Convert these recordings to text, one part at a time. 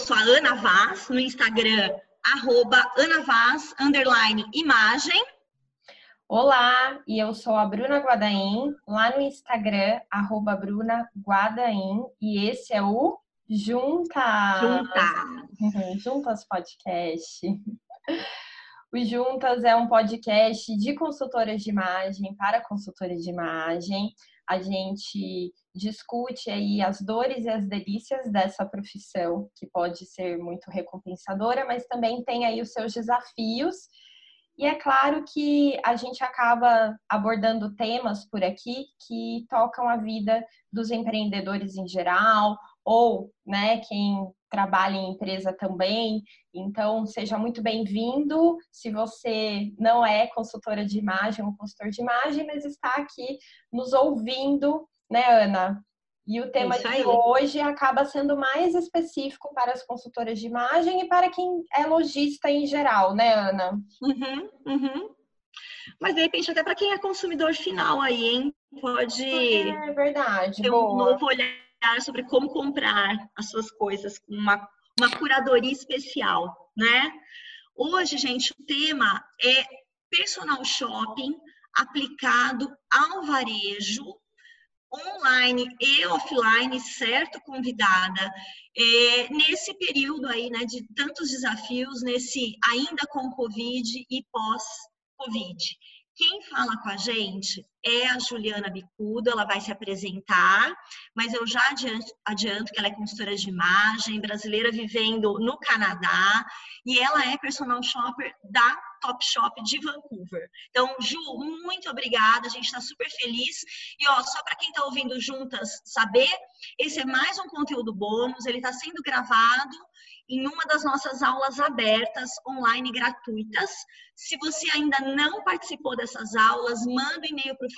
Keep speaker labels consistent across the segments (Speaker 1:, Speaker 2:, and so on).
Speaker 1: sou a Ana Vaz, no Instagram, @AnaVaz_imagem.
Speaker 2: Olá, e eu sou a Bruna Guadaim, lá no Instagram, @BrunaGuadaim, e esse é o Juntas! Juntas Podcast. O Juntas é um podcast de consultoras de imagem para consultoras de imagem. A gente discute aí as dores e as delícias dessa profissão, que pode ser muito recompensadora, mas também tem aí os seus desafios. E é claro que a gente acaba abordando temas por aqui que tocam a vida dos empreendedores em geral, ou, né, quem trabalha em empresa também. Então, seja muito bem-vindo. Se você não é consultora de imagem ou consultor de imagem, mas está aqui nos ouvindo, né, Ana? E o tema de hoje acaba sendo mais específico para as consultoras de imagem e para quem é lojista em geral, né, Ana?
Speaker 1: Mas, de repente, até para quem é consumidor final aí, hein? Pode
Speaker 2: verdade,
Speaker 1: ter um novo olhar sobre como comprar as suas coisas com uma curadoria especial, né? Hoje, gente, o tema é personal shopping aplicado ao varejo, online e offline, certo, convidada? Nesse período aí, né, de tantos desafios, nesse ainda com Covid e pós-Covid. Quem fala com a gente é a Juliana Bicudo, ela vai se apresentar, mas eu já adianto que ela é consultora de imagem, brasileira vivendo no Canadá, e ela é personal shopper da Topshop de Vancouver. Então, Ju, muito obrigada, a gente está super feliz. E ó, só para quem está ouvindo Juntas saber, esse é mais um conteúdo bônus, ele está sendo gravado em uma das nossas aulas abertas, online gratuitas. Se você ainda não participou dessas aulas, manda um e-mail para o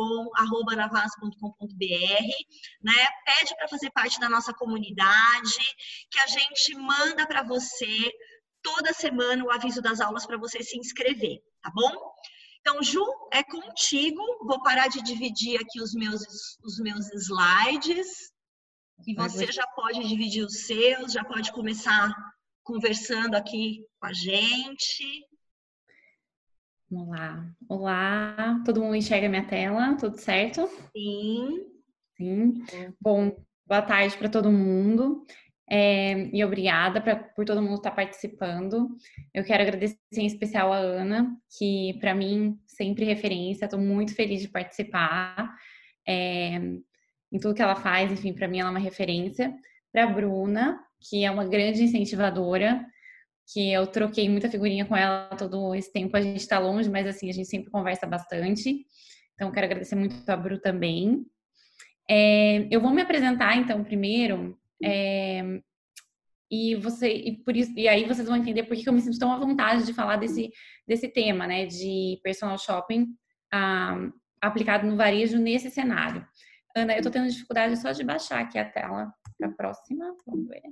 Speaker 1: falecom@anavaz.com.br, né? Pede para fazer parte da nossa comunidade, que a gente manda para você toda semana o aviso das aulas para você se inscrever, tá bom? Então, Ju, é contigo. Vou parar de dividir aqui os meus slides. E você já pode dividir os seus, já pode começar conversando aqui com a gente.
Speaker 3: Vamos lá. Olá, todo mundo enxerga minha tela? Tudo certo?
Speaker 1: Sim.
Speaker 3: Sim. Bom, boa tarde para todo mundo. E obrigada por todo mundo estar participando. Eu quero agradecer em especial a Ana, que para mim sempre referência. Estou muito feliz de participar em tudo que ela faz. Enfim, para mim ela é uma referência. Para a Bruna, que é uma grande incentivadora, que eu troquei muita figurinha com ela todo esse tempo. A gente está longe, mas assim a gente sempre conversa bastante. Então quero agradecer muito a Bru também. Eu vou me apresentar então primeiro. E aí vocês vão entender por que eu me sinto tão à vontade de falar desse tema, né, de personal shopping aplicado no varejo nesse cenário. Ana, eu tô tendo dificuldade só de baixar aqui a tela para a próxima. Vamos ver.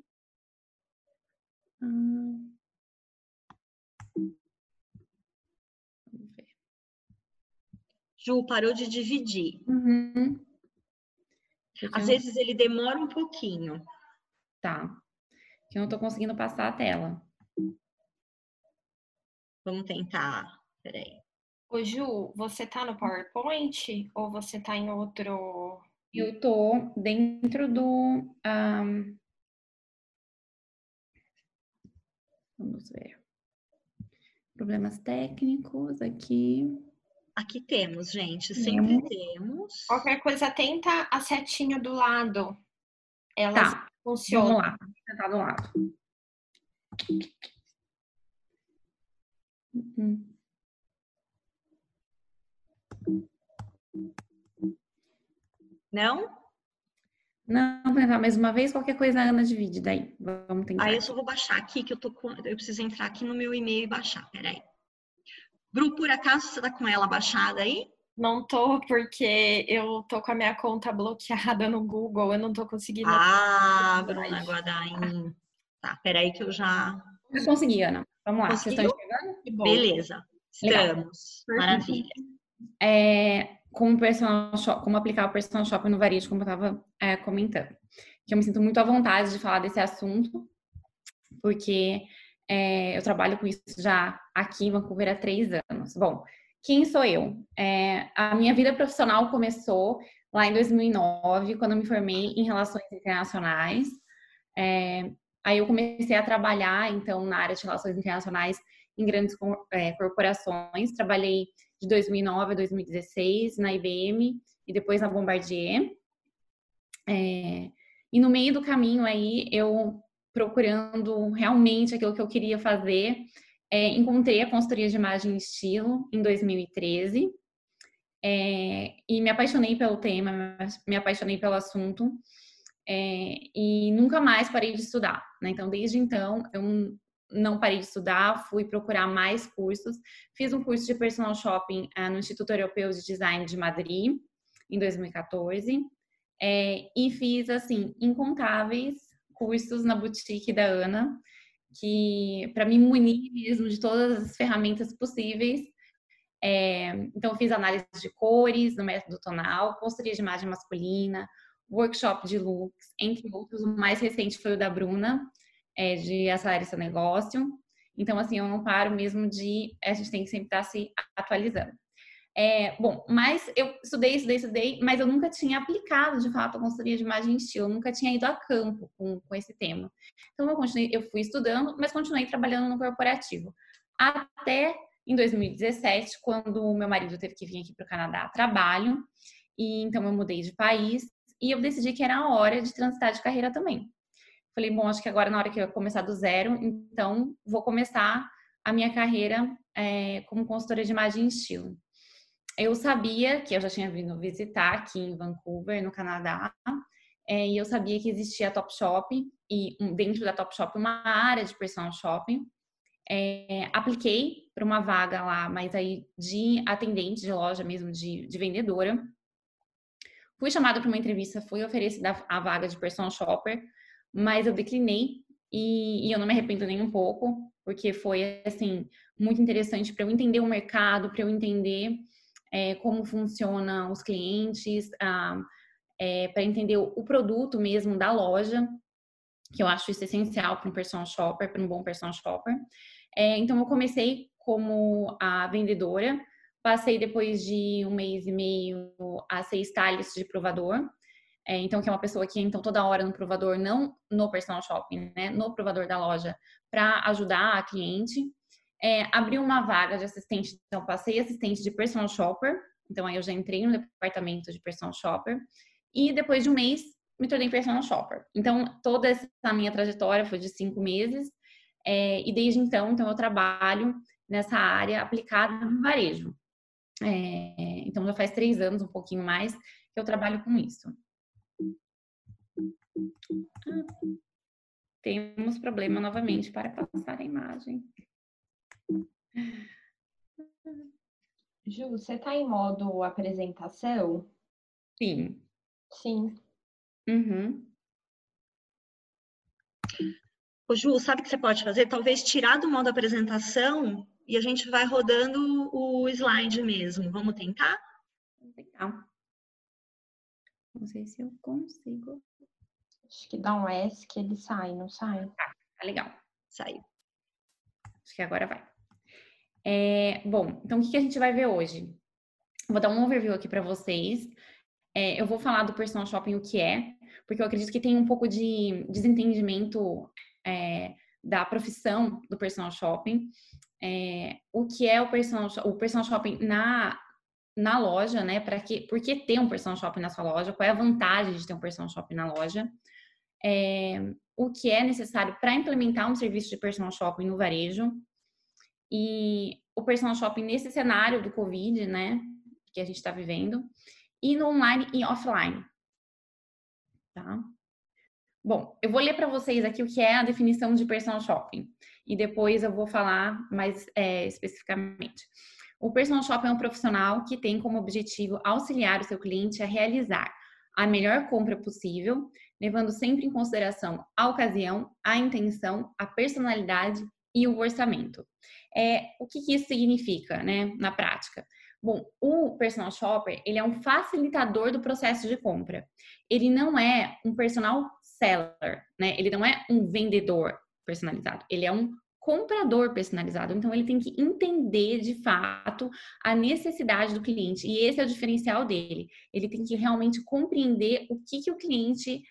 Speaker 3: Vamos ver.
Speaker 1: Ju, parou de dividir. Às vezes ele demora um pouquinho.
Speaker 3: Tá. Que eu não tô conseguindo passar a tela.
Speaker 1: Vamos tentar. Peraí.
Speaker 2: Ô, Ju, você tá no PowerPoint ou você tá em outro?
Speaker 3: Eu tô dentro do... Vamos ver. Problemas técnicos aqui.
Speaker 1: Aqui temos, gente. Sempre temos.
Speaker 2: Qualquer coisa, tenta a setinha do lado. Elas funcionam.
Speaker 3: Vamos lá. Vou tentar do lado.
Speaker 1: Não?
Speaker 3: Não, vou tentar mais uma vez. Qualquer coisa a Ana divide daí. Vamos tentar.
Speaker 1: Aí eu só vou baixar aqui, que eu preciso entrar aqui no meu e-mail e baixar. Peraí. Bru, por acaso você tá com ela baixada aí?
Speaker 2: Não tô, porque eu tô com a minha conta bloqueada no Google. Eu não tô conseguindo.
Speaker 1: Bruna Guadaim. Tá, peraí que eu já...
Speaker 3: Eu consegui, Ana. Vamos lá.
Speaker 1: Conseguiu?
Speaker 3: Vocês estão enxergando?
Speaker 1: Beleza. Estamos.
Speaker 3: Legal.
Speaker 1: Maravilha.
Speaker 3: Como aplicar o personal shopping no varejo, como eu estava comentando. Que eu me sinto muito à vontade de falar desse assunto. porque eu trabalho com isso já aqui em Vancouver há 3 anos. Bom, quem sou eu? A minha vida profissional começou lá em 2009, quando eu me formei em Relações Internacionais. Aí eu comecei a trabalhar, então, na área de Relações Internacionais em grandes corporações. Trabalhei de 2009 a 2016 na IBM e depois na Bombardier. E no meio do caminho aí, eu procurando realmente aquilo que eu queria fazer, encontrei a consultoria de imagem e estilo em 2013 e me apaixonei pelo tema, me apaixonei pelo assunto e nunca mais parei de estudar, né? Então, desde então, eu não parei de estudar, fui procurar mais cursos, fiz um curso de personal shopping no Instituto Europeu de Design de Madrid, em 2014, e fiz, assim, incontáveis cursos na boutique da Ana, que para me munir mesmo de todas as ferramentas possíveis. Então, eu fiz análise de cores no método tonal, consultoria de imagem masculina, workshop de looks, entre outros. O mais recente foi o da Bruna, de Acelere Seu Negócio. Então, assim, eu não paro mesmo a gente tem que sempre estar se atualizando. Bom, mas eu estudei, mas eu nunca tinha aplicado, de fato, a consultoria de imagem e estilo, eu nunca tinha ido a campo com esse tema. Então, eu fui estudando, mas continuei trabalhando no corporativo. Até em 2017, quando o meu marido teve que vir aqui para o Canadá a trabalho, e então eu mudei de país, e eu decidi que era a hora de transitar de carreira também. Falei, bom, acho que agora na hora que eu começar do zero, então vou começar a minha carreira como consultora de imagem e estilo. Eu sabia que eu já tinha vindo visitar aqui em Vancouver, no Canadá, e eu sabia que existia a Topshop e dentro da Topshop uma área de personal shopping. Apliquei para uma vaga lá, mas aí de atendente de loja mesmo, de vendedora. Fui chamada para uma entrevista, fui oferecida a vaga de personal shopper, mas eu declinei e eu não me arrependo nem um pouco, porque foi, assim, muito interessante para eu entender o mercado, para eu entender como funcionam os clientes, para entender o produto mesmo da loja, que eu acho isso essencial para um personal shopper, para um bom personal shopper. Então, eu comecei como a vendedora, passei depois de 1 mês e meio a ser stylist de provador. Então, que é uma pessoa que então toda hora no provador, não no personal shopping, né? No provador da loja, para ajudar a cliente. Abri uma vaga de assistente, então passei assistente de personal shopper. Então, aí eu já entrei no departamento de personal shopper. E depois de 1 mês, me tornei personal shopper. Então, toda essa minha trajetória foi de 5 meses. E desde então, eu trabalho nessa área aplicada no varejo. Então, já faz 3 anos, um pouquinho mais, que eu trabalho com isso. Temos problema novamente para passar a imagem.
Speaker 2: Ju, você está em modo apresentação?
Speaker 3: Sim.
Speaker 2: Sim.
Speaker 3: Uhum.
Speaker 1: Ô, Ju, sabe o que você pode fazer? Talvez tirar do modo apresentação e a gente vai rodando o slide mesmo. Vamos tentar?
Speaker 3: Legal. Não sei se eu consigo.
Speaker 2: Acho que dá um S que ele sai, não sai?
Speaker 3: Tá legal.
Speaker 1: Saiu.
Speaker 3: Acho que agora vai. Bom, então o que a gente vai ver hoje? Vou dar um overview aqui para vocês. Eu vou falar do personal shopping, o que é, porque eu acredito que tem um pouco de desentendimento da profissão do personal shopping. O que é o personal shopping na loja, né? Por que ter um personal shopping na sua loja? Qual é a vantagem de ter um personal shopping na loja? O que é necessário para implementar um serviço de personal shopping no varejo? E o personal shopping nesse cenário do Covid, né? Que a gente está vivendo. E no online e offline. Tá? Bom, eu vou ler para vocês aqui o que é a definição de personal shopping. E depois eu vou falar mais especificamente. O personal shopping é um profissional que tem como objetivo auxiliar o seu cliente a realizar a melhor compra possível, levando sempre em consideração a ocasião, a intenção, a personalidade e o orçamento. O que isso significa, né, na prática? Bom, o personal shopper, ele é um facilitador do processo de compra. Ele não é um personal seller, né? Ele não é um vendedor. personalizado, ele é um comprador personalizado. Então, ele tem que entender, de fato, a necessidade do cliente. E esse é o diferencial dele. Ele tem que realmente compreender o que o cliente...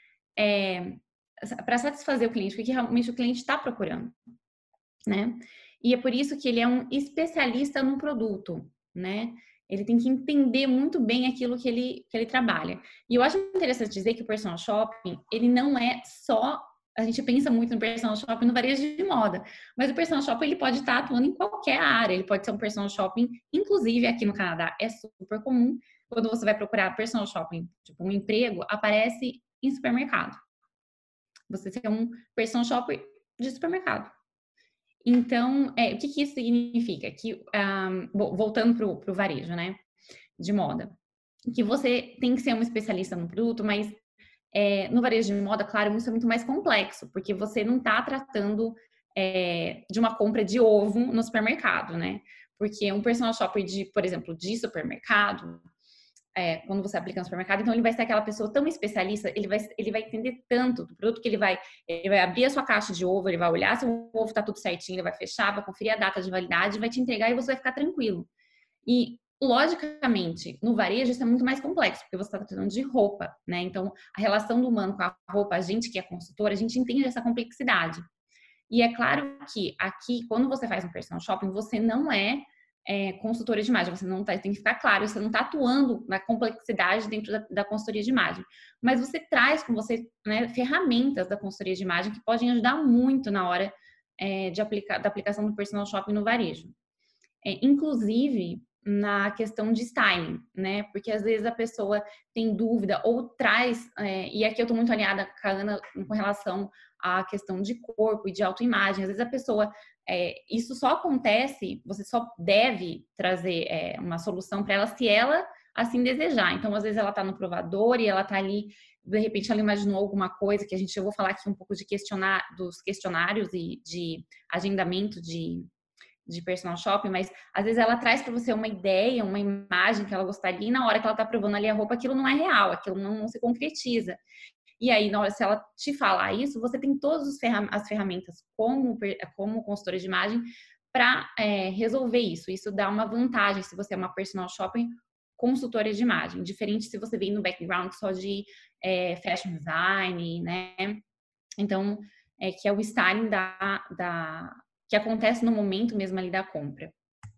Speaker 3: para satisfazer o cliente, o que realmente o cliente está procurando, né? E é por isso que ele é um especialista no produto, né? Ele tem que entender muito bem aquilo que ele trabalha. E eu acho interessante dizer que o personal shopping, ele não é só... A gente pensa muito no personal shopping no varejo de moda, mas o personal shopping ele pode estar atuando em qualquer área. Ele pode ser um personal shopping, inclusive aqui no Canadá é super comum, quando você vai procurar personal shopping, tipo um emprego, aparece em supermercado. Você ser um personal shopper de supermercado. Então, o que isso significa? Que, voltando para o varejo, né, de moda, que você tem que ser um especialista no produto, mas no varejo de moda, claro, isso é muito mais complexo, porque você não está tratando de uma compra de ovo no supermercado, né? Porque um personal shopper por exemplo, de supermercado, quando você aplica no supermercado, então ele vai ser aquela pessoa tão especialista, ele vai entender tanto do produto que ele vai abrir a sua caixa de ovo, ele vai olhar se o ovo tá tudo certinho, ele vai fechar, vai conferir a data de validade, vai te entregar e você vai ficar tranquilo. E, logicamente, no varejo isso é muito mais complexo, porque você está tratando de roupa, né? Então, a relação do humano com a roupa, a gente que é consultora, a gente entende essa complexidade. E é claro que aqui, quando você faz um personal shopping, você não é consultora de imagem, você não tá, tem que ficar claro, você não está atuando na complexidade dentro da consultoria de imagem, mas você traz com você, né, ferramentas da consultoria de imagem que podem ajudar muito na hora da aplicação do personal shopping no varejo. Inclusive na questão de styling, né? Porque às vezes a pessoa tem dúvida ou traz, e aqui eu tô muito alinhada com a Ana com relação à questão de corpo e de autoimagem. Às vezes a pessoa, isso só acontece, você só deve trazer uma solução para ela se ela assim desejar. Então, às vezes ela tá no provador e ela tá ali, de repente ela imaginou alguma coisa que eu vou falar aqui um pouco dos questionários e de agendamento de personal shopping, mas às vezes ela traz para você uma ideia, uma imagem que ela gostaria e na hora que ela tá provando ali a roupa, aquilo não é real, aquilo não se concretiza. E aí, na hora, se ela te falar isso, você tem todas as ferramentas como consultora de imagem para resolver isso. Isso dá uma vantagem se você é uma personal shopping consultora de imagem, diferente se você vem no background só de fashion design, né? Então, que é o styling que acontece no momento mesmo ali da compra.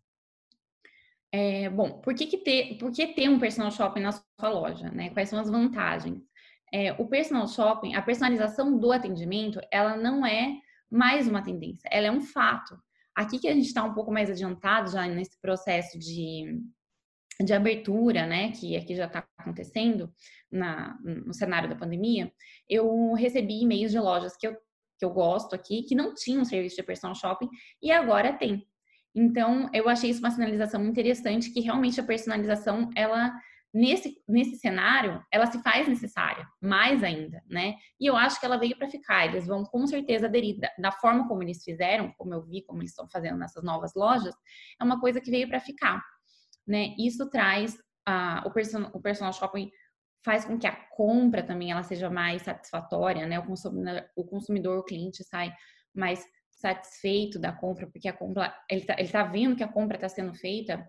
Speaker 3: Bom, por que ter um personal shopping na sua loja, né? Quais são as vantagens? O personal shopping, a personalização do atendimento, ela não é mais uma tendência, ela é um fato. Aqui que a gente está um pouco mais adiantado já nesse processo de abertura, né, que aqui já está acontecendo no cenário da pandemia, eu recebi e-mails de lojas que eu gosto aqui, que não tinham serviço de personal shopping e agora tem. Então, eu achei isso uma sinalização muito interessante, que realmente a personalização, ela, nesse cenário, ela se faz necessária, mais ainda, né? E eu acho que ela veio para ficar, eles vão com certeza aderir da forma como eles fizeram, como eu vi, como eles estão fazendo nessas novas lojas, é uma coisa que veio para ficar, né? Isso traz o personal shopping faz com que a compra também ela seja mais satisfatória, né? O consumidor, o cliente sai mais satisfeito da compra, porque a compra ele tá vendo que a compra está sendo feita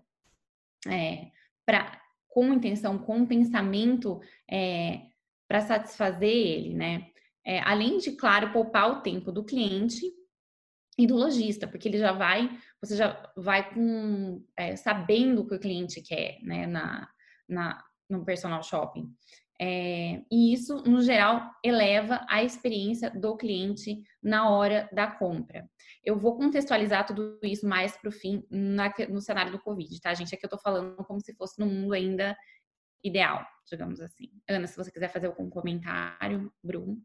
Speaker 3: com intenção, com pensamento para satisfazer ele, né? Além de, claro, poupar o tempo do cliente e do lojista, porque você já vai sabendo o que o cliente quer, né, no personal shopping. E isso, no geral, eleva a experiência do cliente na hora da compra. Eu vou contextualizar tudo isso mais para o fim no cenário do Covid, tá, gente? Aqui eu tô falando como se fosse no mundo ainda ideal, digamos assim. Ana, se você quiser fazer algum comentário, Bruno.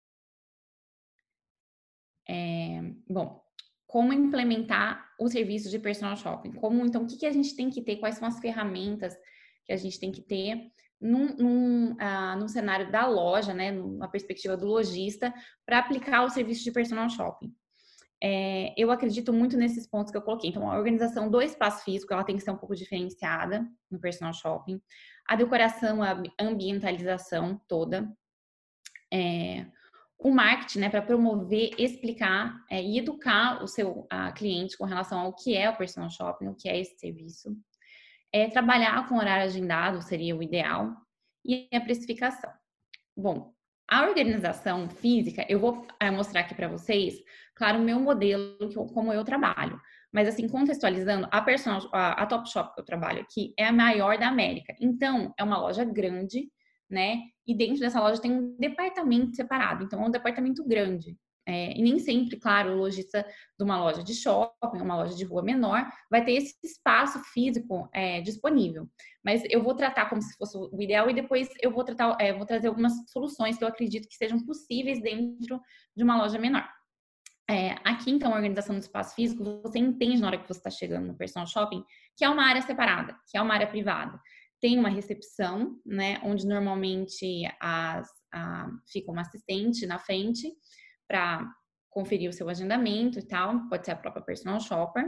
Speaker 3: Bom, como implementar o serviço de personal shopping? Então, o que a gente tem que ter? Quais são as ferramentas que a gente tem que ter num cenário da loja, né, numa perspectiva do lojista, para aplicar o serviço de personal shopping? Eu acredito muito nesses pontos que eu coloquei. Então, a organização do espaço físico, ela tem que ser um pouco diferenciada no personal shopping. A decoração, a ambientalização toda. o marketing, né, para promover, explicar e educar o seu cliente com relação ao que é o personal shopping, o que é esse serviço. Trabalhar com horário agendado seria o ideal, e a precificação. Bom, a organização física, eu vou mostrar aqui para vocês, claro, o meu modelo, como eu trabalho. Mas assim, contextualizando, a Topshop que eu trabalho aqui é a maior da América. Então, é uma loja grande, né? E dentro dessa loja tem um departamento separado. Então, é um departamento grande. E nem sempre, claro, o lojista de uma loja de shopping, uma loja de rua menor, vai ter esse espaço físico disponível. Mas eu vou tratar como se fosse o ideal e depois eu vou vou trazer algumas soluções que eu acredito que sejam possíveis dentro de uma loja menor. Aqui, então, a organização do espaço físico, você entende na hora que você está chegando no personal shopping que é uma área separada, que é uma área privada. Tem uma recepção, né, onde normalmente fica uma assistente na frente para conferir o seu agendamento e tal, pode ser a própria personal shopper.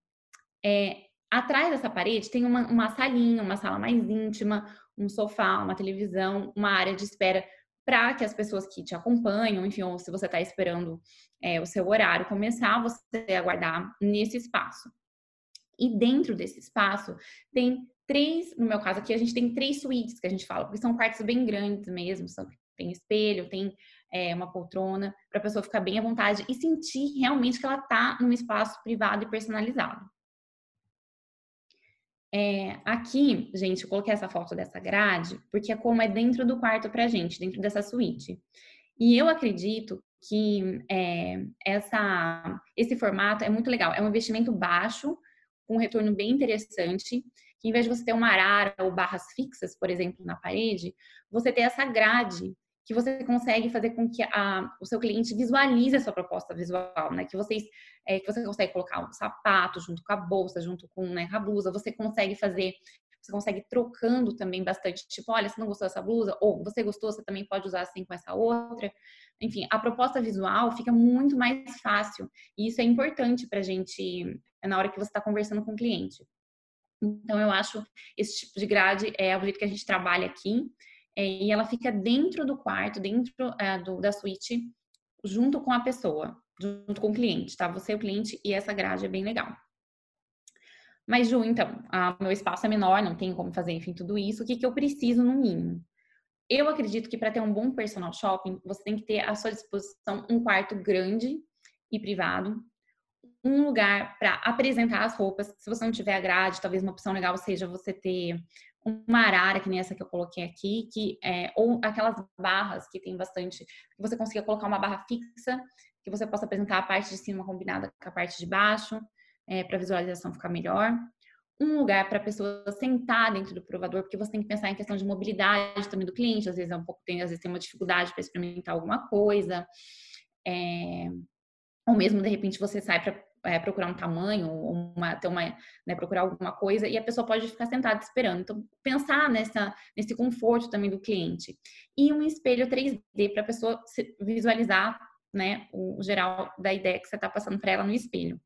Speaker 3: Atrás dessa parede tem uma salinha, uma sala mais íntima, um sofá, uma televisão, uma área de espera para que as pessoas que te acompanham, enfim, ou se você está esperando o seu horário começar, você aguardar nesse espaço. E dentro desse espaço tem no meu caso aqui, a gente tem 3 suítes que a gente fala, porque são quartos bem grandes mesmo, tem espelho, tem uma poltrona, para a pessoa ficar bem à vontade e sentir realmente que ela está num espaço privado e personalizado. Aqui, gente, eu coloquei essa foto dessa grade, porque é como é dentro do quarto pra gente, dentro dessa suíte. E eu acredito que esse formato é muito legal. É um investimento baixo, com um retorno bem interessante, que em vez de você ter uma arara ou barras fixas, por exemplo, na parede, você tem essa grade que você consegue fazer com que o seu cliente visualize a sua proposta visual, né? Que você consegue colocar um sapato junto com a bolsa, junto com, né, a blusa, você consegue trocando também bastante, tipo, olha, você não gostou dessa blusa? Ou você gostou, você também pode usar assim com essa outra. Enfim, a proposta visual fica muito mais fácil. E isso é importante pra gente na hora que você está conversando com o cliente. Então, eu acho esse tipo de grade é o jeito que a gente trabalha aqui. E ela fica dentro do quarto, dentro da suíte, junto com a pessoa, junto com o cliente, tá? Você, o cliente, e essa grade é bem legal. Mas, Ju, então, meu espaço é menor, não tenho como fazer, enfim, tudo isso. O que eu preciso no mínimo? Eu acredito que para ter um bom personal shopping, você tem que ter à sua disposição um quarto grande e privado, um lugar para apresentar as roupas. Se você não tiver a grade, talvez uma opção legal seja você ter uma arara, que nem essa que eu coloquei aqui, ou aquelas barras que tem bastante, que você consiga colocar uma barra fixa, que você possa apresentar a parte de cima combinada com a parte de baixo, para a visualização ficar melhor. Um lugar para a pessoa sentar dentro do provador, porque você tem que pensar em questão de mobilidade também do cliente, às vezes às vezes tem uma dificuldade para experimentar alguma coisa, ou mesmo de repente você sai para procurar um tamanho, ou procurar alguma coisa, e a pessoa pode ficar sentada esperando. Então, pensar nesse conforto também do cliente. E um espelho 3D para a pessoa visualizar, né, o geral da ideia que você está passando para ela no espelho.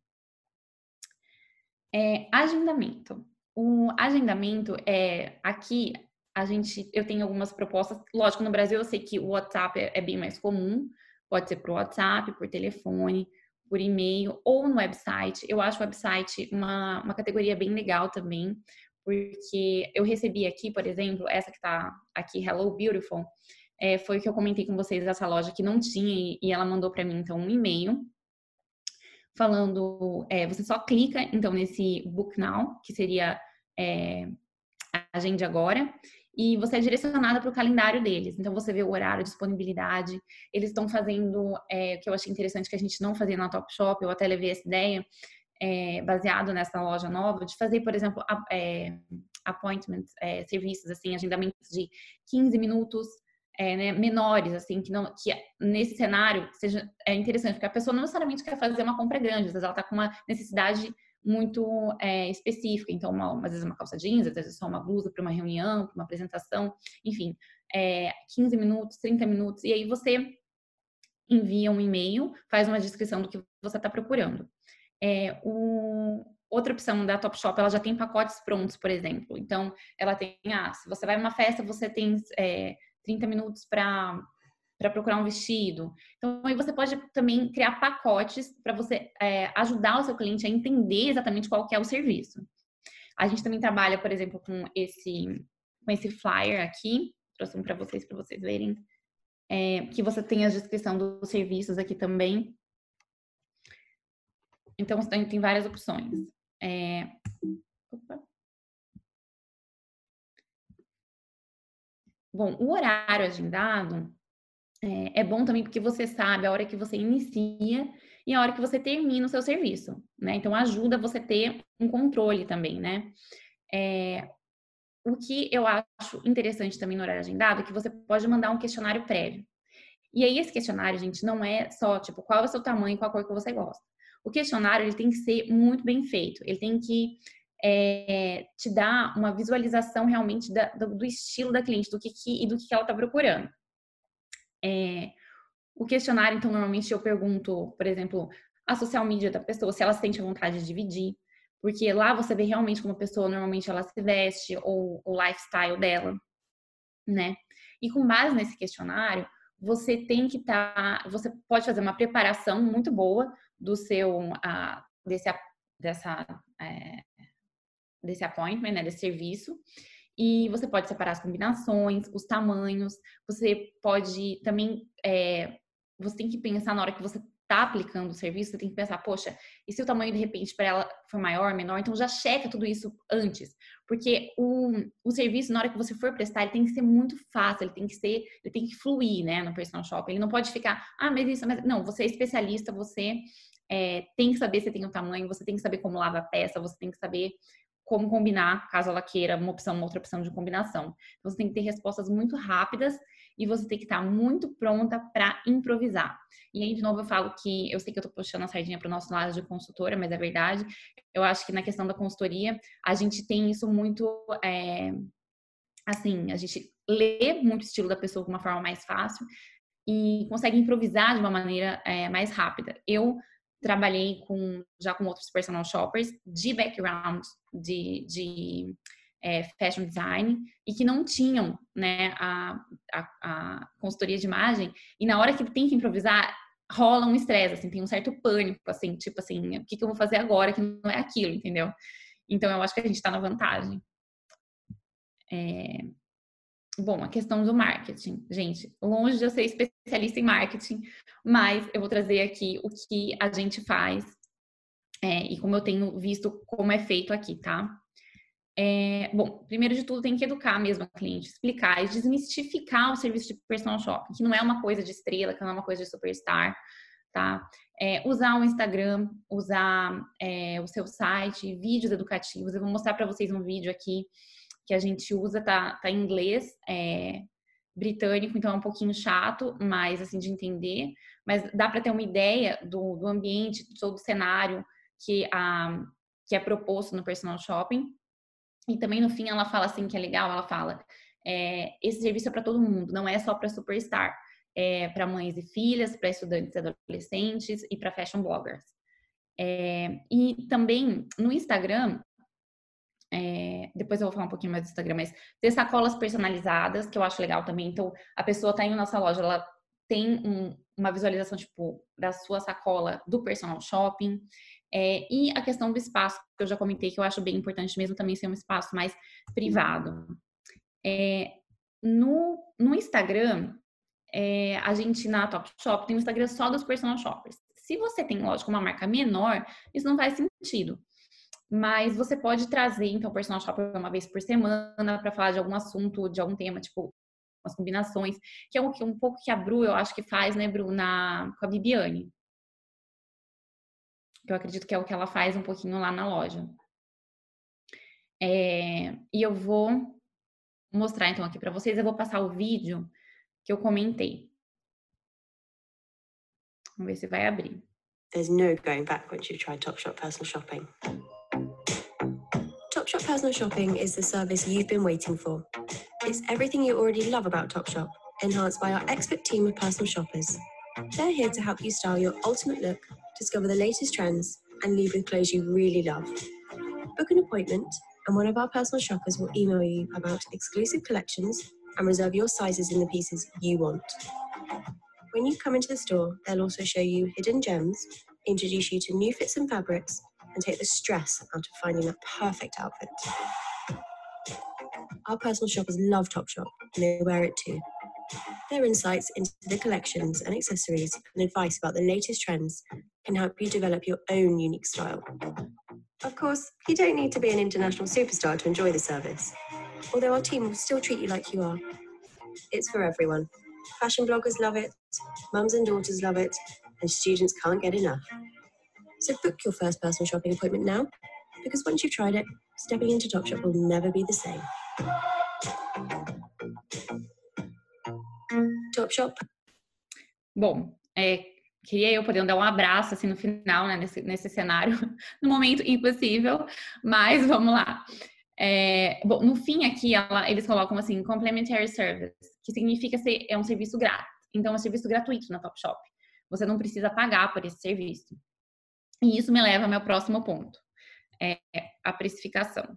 Speaker 3: Agendamento. O agendamento aqui eu tenho algumas propostas. Lógico, no Brasil eu sei que o WhatsApp é bem mais comum. Pode ser por WhatsApp, por telefone, por e-mail ou no website. Eu acho o website uma categoria bem legal também, porque eu recebi aqui, por exemplo, essa que está aqui, Hello Beautiful, foi o que eu comentei com vocês dessa loja que não tinha e ela mandou para mim então um e-mail falando, você só clica então nesse Book Now, que seria Agende Agora, e você é direcionada para o calendário deles. Então, você vê o horário, disponibilidade. Eles estão fazendo, o que eu achei interessante, que a gente não fazia na Topshop, eu até levei essa ideia, baseado nessa loja nova, de fazer, por exemplo, appointments, serviços, assim, agendamentos de 15 minutos, né, menores, assim, que nesse cenário seja interessante, porque a pessoa não necessariamente quer fazer uma compra grande, às vezes ela está com uma necessidade muito específica, então às vezes uma calça jeans, às vezes só uma blusa para uma reunião, para uma apresentação, enfim, 15 minutos, 30 minutos, e aí você envia um e-mail, faz uma descrição do que você está procurando. Outra opção da Topshop, ela já tem pacotes prontos, por exemplo, então ela tem, se você vai numa festa, você tem 30 minutos para para procurar um vestido. Então, aí você pode também criar pacotes para você ajudar o seu cliente a entender exatamente qual que é o serviço. A gente também trabalha, por exemplo, com esse flyer aqui, trouxe um para vocês verem, que você tem a descrição dos serviços aqui também. Então, tem várias opções. Bom, o horário agendado é bom também porque você sabe a hora que você inicia e a hora que você termina o seu serviço, né? Então, ajuda você a ter um controle também, né? O que eu acho interessante também no horário agendado é que você pode mandar um questionário prévio. E aí, esse questionário, gente, não é só, tipo, qual é o seu tamanho, qual a cor que você gosta. O questionário, ele tem que ser muito bem feito. Ele tem que te dar uma visualização realmente do estilo da cliente, do que ela está procurando. O questionário, então, normalmente eu pergunto, por exemplo, a social media da pessoa, se ela sente a vontade de dividir. Porque lá você vê realmente como a pessoa normalmente ela se veste ou o lifestyle dela, né? E com base nesse questionário, você tem que você pode fazer uma preparação muito boa do seu desse appointment, né, desse serviço. E você pode separar as combinações, os tamanhos. Você pode também você tem que pensar na hora que você está aplicando o serviço, você tem que pensar, poxa, e se o tamanho de repente para ela for maior, menor? Então já checa tudo isso antes, porque o serviço na hora que você for prestar, ele tem que ser muito fácil, ele tem que fluir, né, no personal shopper. Ele não pode ficar, não, você é especialista, você tem que saber se tem o tamanho, você tem que saber como lava a peça, você tem que saber como combinar, caso ela queira uma outra opção de combinação. Então, você tem que ter respostas muito rápidas e você tem que estar muito pronta para improvisar. E aí, de novo, eu falo que eu sei que eu tô puxando a sardinha para o nosso lado de consultora, mas é verdade. Eu acho que na questão da consultoria, a gente tem isso muito, assim, a gente lê muito o estilo da pessoa de uma forma mais fácil e consegue improvisar de uma maneira mais rápida. Eu trabalhei já com outros personal shoppers de background de fashion design e que não tinham, né, a consultoria de imagem, e na hora que tem que improvisar rola um estresse, assim, tem um certo pânico, assim, tipo assim, o que eu vou fazer agora que não é aquilo, entendeu? Então eu acho que a gente tá na vantagem. Bom, a questão do marketing, gente, longe de eu ser especialista em marketing, mas eu vou trazer aqui o que a gente faz e como eu tenho visto como é feito aqui, tá? Bom, primeiro de tudo tem que educar mesmo a cliente, explicar e desmistificar o serviço de personal shopping, que não é uma coisa de estrela, que não é uma coisa de superstar, tá? Usar o Instagram, usar o seu site, vídeos educativos. Eu vou mostrar para vocês um vídeo aqui que a gente usa, tá em inglês, britânico, então é um pouquinho chato, mas assim, de entender. Mas dá para ter uma ideia do ambiente, todo o cenário que é proposto no personal shopping. E também no fim ela fala assim que é legal, ela fala, esse serviço é para todo mundo, não é só para superstar, para mães e filhas, para estudantes e adolescentes e para fashion bloggers. E também no Instagram, depois eu vou falar um pouquinho mais do Instagram, mas ter sacolas personalizadas, que eu acho legal também. Então, a pessoa tá em nossa loja, ela tem uma visualização, tipo, da sua sacola do personal shopping. E a questão do espaço, que eu já comentei, que eu acho bem importante mesmo também ser um espaço mais privado. No Instagram, a gente na Topshop tem um Instagram só dos personal shoppers. Se você tem, lógico, uma marca menor, isso não faz sentido. Mas você pode trazer, então, o personal shopper uma vez por semana para falar de algum assunto, de algum tema, tipo, as combinações, que é um pouco que a Bru, eu acho que faz, né, Bru, com a Bibiane. Que eu acredito que é o que ela faz um pouquinho lá na loja. E eu vou mostrar, então, aqui para vocês. Eu vou passar o vídeo que eu comentei. Vamos ver se vai abrir.
Speaker 4: There's no going back once you've tried Topshop Personal Shopping. Topshop Personal Shopping is the service you've been waiting for. It's everything you already love about Topshop, enhanced by our expert team of personal shoppers. They're here to help you style your ultimate look, discover the latest trends, and leave with clothes you really love. Book an appointment, and one of our personal shoppers will email you about exclusive collections and reserve your sizes in the pieces you want. When you come into the store, they'll also show you hidden gems, introduce you to new fits and fabrics, and take the stress out of finding that perfect outfit. Our personal shoppers love Topshop, and they wear it too. Their insights into the collections and accessories and advice about the latest trends can help you develop your own unique style. Of course, you don't need to be an international superstar to enjoy the service, although our team will still treat you like you are. It's for everyone. Fashion bloggers love it, mums and daughters love it, and students can't get enough. So book your first personal shopping appointment now, because once you've tried it, stepping into Topshop will never be the same. Topshop.
Speaker 3: Bom, queria eu poder dar um abraço assim no final, né, nesse cenário, no momento impossível, mas vamos lá. Bom, no fim aqui eles colocam assim, complementary service, que significa ser um serviço grátis. Então, é um serviço gratuito na Topshop. Você não precisa pagar por esse serviço. E isso me leva ao meu próximo ponto, a precificação.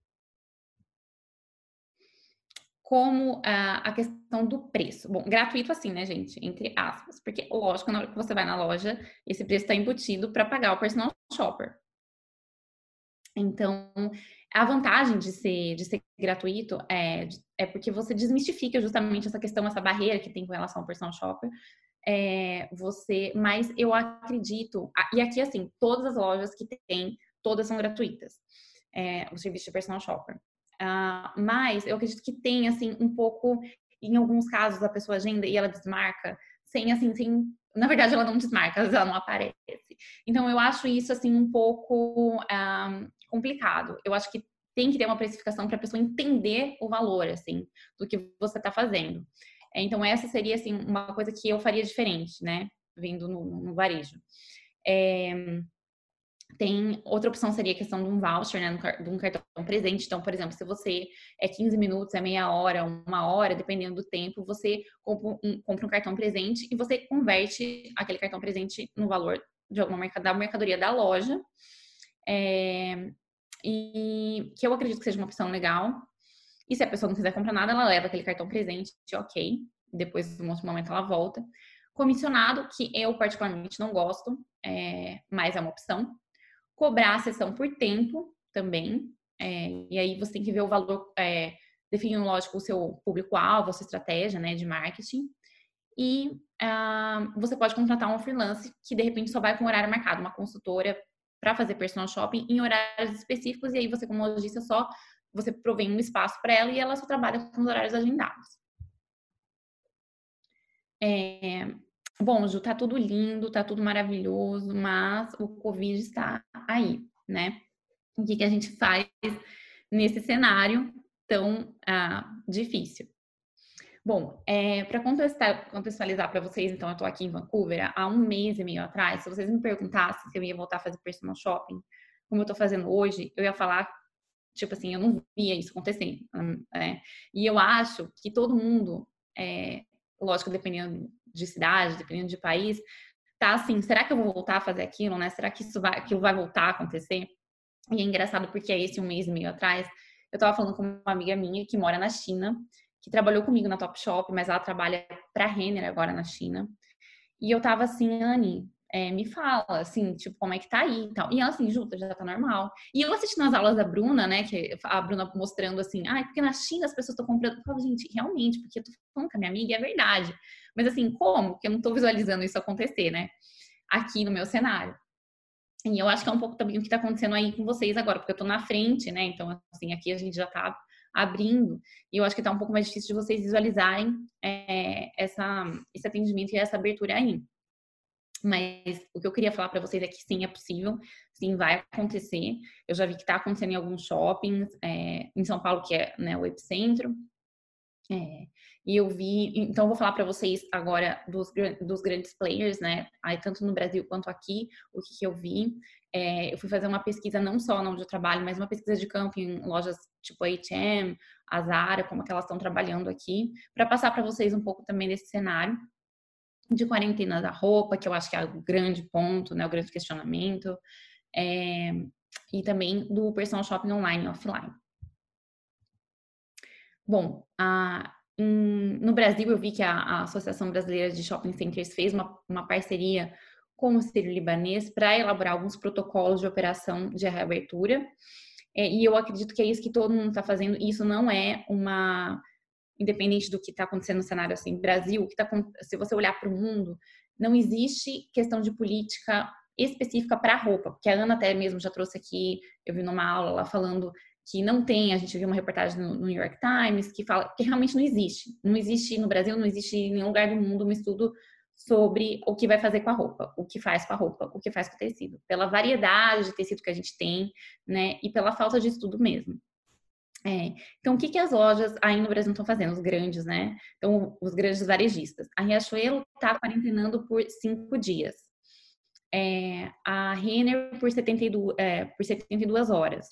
Speaker 3: Como a questão do preço. Bom, gratuito assim, né, gente? Entre aspas. Porque, lógico, na hora que você vai na loja, esse preço está embutido para pagar o personal shopper. Então, a vantagem de ser gratuito é porque você desmistifica justamente essa questão, essa barreira que tem com relação ao personal shopper. Mas eu acredito, e aqui assim, todas as lojas que tem, todas são gratuitas, o serviço de personal shopper. Mas eu acredito que tem, assim, um pouco, em alguns casos, a pessoa agenda e ela desmarca, na verdade, ela não desmarca, às vezes ela não aparece. Então, eu acho isso, assim, um pouco complicado. Eu acho que tem que ter uma precificação para a pessoa entender o valor, assim, do que você está fazendo. Então, essa seria, assim, uma coisa que eu faria diferente, né, vindo no varejo. Tem outra opção seria a questão de um voucher, né, de um cartão presente. Então, por exemplo, se você 15 minutos, meia hora, 1 hora, dependendo do tempo, você compra um cartão presente e você converte aquele cartão presente no valor de alguma da mercadoria da loja. E que eu acredito que seja uma opção legal. E se a pessoa não quiser comprar nada, ela leva aquele cartão presente, ok. Depois, em um outro momento, ela volta. Comissionado, que eu particularmente não gosto, mas é uma opção. Cobrar a sessão por tempo também, e aí você tem que ver o valor, definindo, lógico, o seu público-alvo, a sua estratégia, né, de marketing. E você pode contratar um freelance que, de repente, só vai com horário marcado, uma consultora para fazer personal shopping em horários específicos, e aí você, como lojista, você provém um espaço para ela e ela só trabalha com os horários agendados. Bom, Ju, tá tudo lindo, tá tudo maravilhoso, mas o Covid está aí, né? O que a gente faz nesse cenário tão difícil? Bom, para contextualizar para vocês, então, eu tô aqui em Vancouver há 1 mês e meio atrás. Se vocês me perguntassem se eu ia voltar a fazer personal shopping, como eu tô fazendo hoje, eu ia falar, tipo assim, eu não via isso acontecendo. E eu acho que todo mundo, lógico, dependendo de cidade, dependendo de país, tá assim, será que eu vou voltar a fazer aquilo, né? Será que aquilo vai voltar a acontecer? E é engraçado porque esse 1 mês e meio atrás, eu tava falando com uma amiga minha que mora na China, que trabalhou comigo na Topshop, mas ela trabalha pra Renner agora na China. E eu tava assim, Anne, me fala, assim, tipo, como é que tá aí e tal. E ela assim, Juta, já tá normal. E eu assistindo as aulas da Bruna, né, que a Bruna mostrando assim, porque na China as pessoas estão comprando. Eu falo, gente, realmente, porque eu tô falando com a minha amiga, é verdade. Mas assim, como? Porque eu não tô visualizando isso acontecer, né, aqui no meu cenário. E eu acho que é um pouco também o que tá acontecendo aí com vocês agora, porque eu tô na frente, né, então assim, aqui a gente já tá abrindo, e eu acho que tá um pouco mais difícil de vocês visualizarem esse atendimento e essa abertura aí. Mas o que eu queria falar para vocês é que sim, é possível, sim, vai acontecer. Eu já vi que tá acontecendo em alguns shoppings, em São Paulo, que é, né, o epicentro. E eu vi, então eu vou falar para vocês agora dos grandes players, né, aí tanto no Brasil quanto aqui, o que eu vi. Eu fui fazer uma pesquisa não só onde eu trabalho, mas uma pesquisa de campo em lojas tipo a H&M, a Zara, como que elas estão trabalhando aqui, para passar para vocês um pouco também desse cenário de quarentena da roupa, que eu acho que é o grande ponto, né, o grande questionamento, e também do personal shopping online e offline. Bom, No Brasil, eu vi que a Associação Brasileira de Shopping Centers fez uma parceria com o Sírio-Libanês para elaborar alguns protocolos de operação de reabertura. E eu acredito que é isso que todo mundo está fazendo. E isso não é independente do que está acontecendo no cenário assim, Brasil, se você olhar para o mundo, não existe questão de política específica para roupa, porque a Ana até mesmo já trouxe aqui, eu vi numa aula lá falando que não tem, a gente viu uma reportagem no New York Times que fala que realmente não existe no Brasil, não existe em nenhum lugar do mundo um estudo sobre o que vai fazer com a roupa, o que faz com a roupa, o que faz com o tecido, pela variedade de tecido que a gente tem, né, e pela falta de estudo mesmo. Então, o que as lojas aí no Brasil estão fazendo? Os grandes, né? Então, os grandes varejistas. A Riachuelo está quarentenando por 5 dias. A Renner por 72 horas.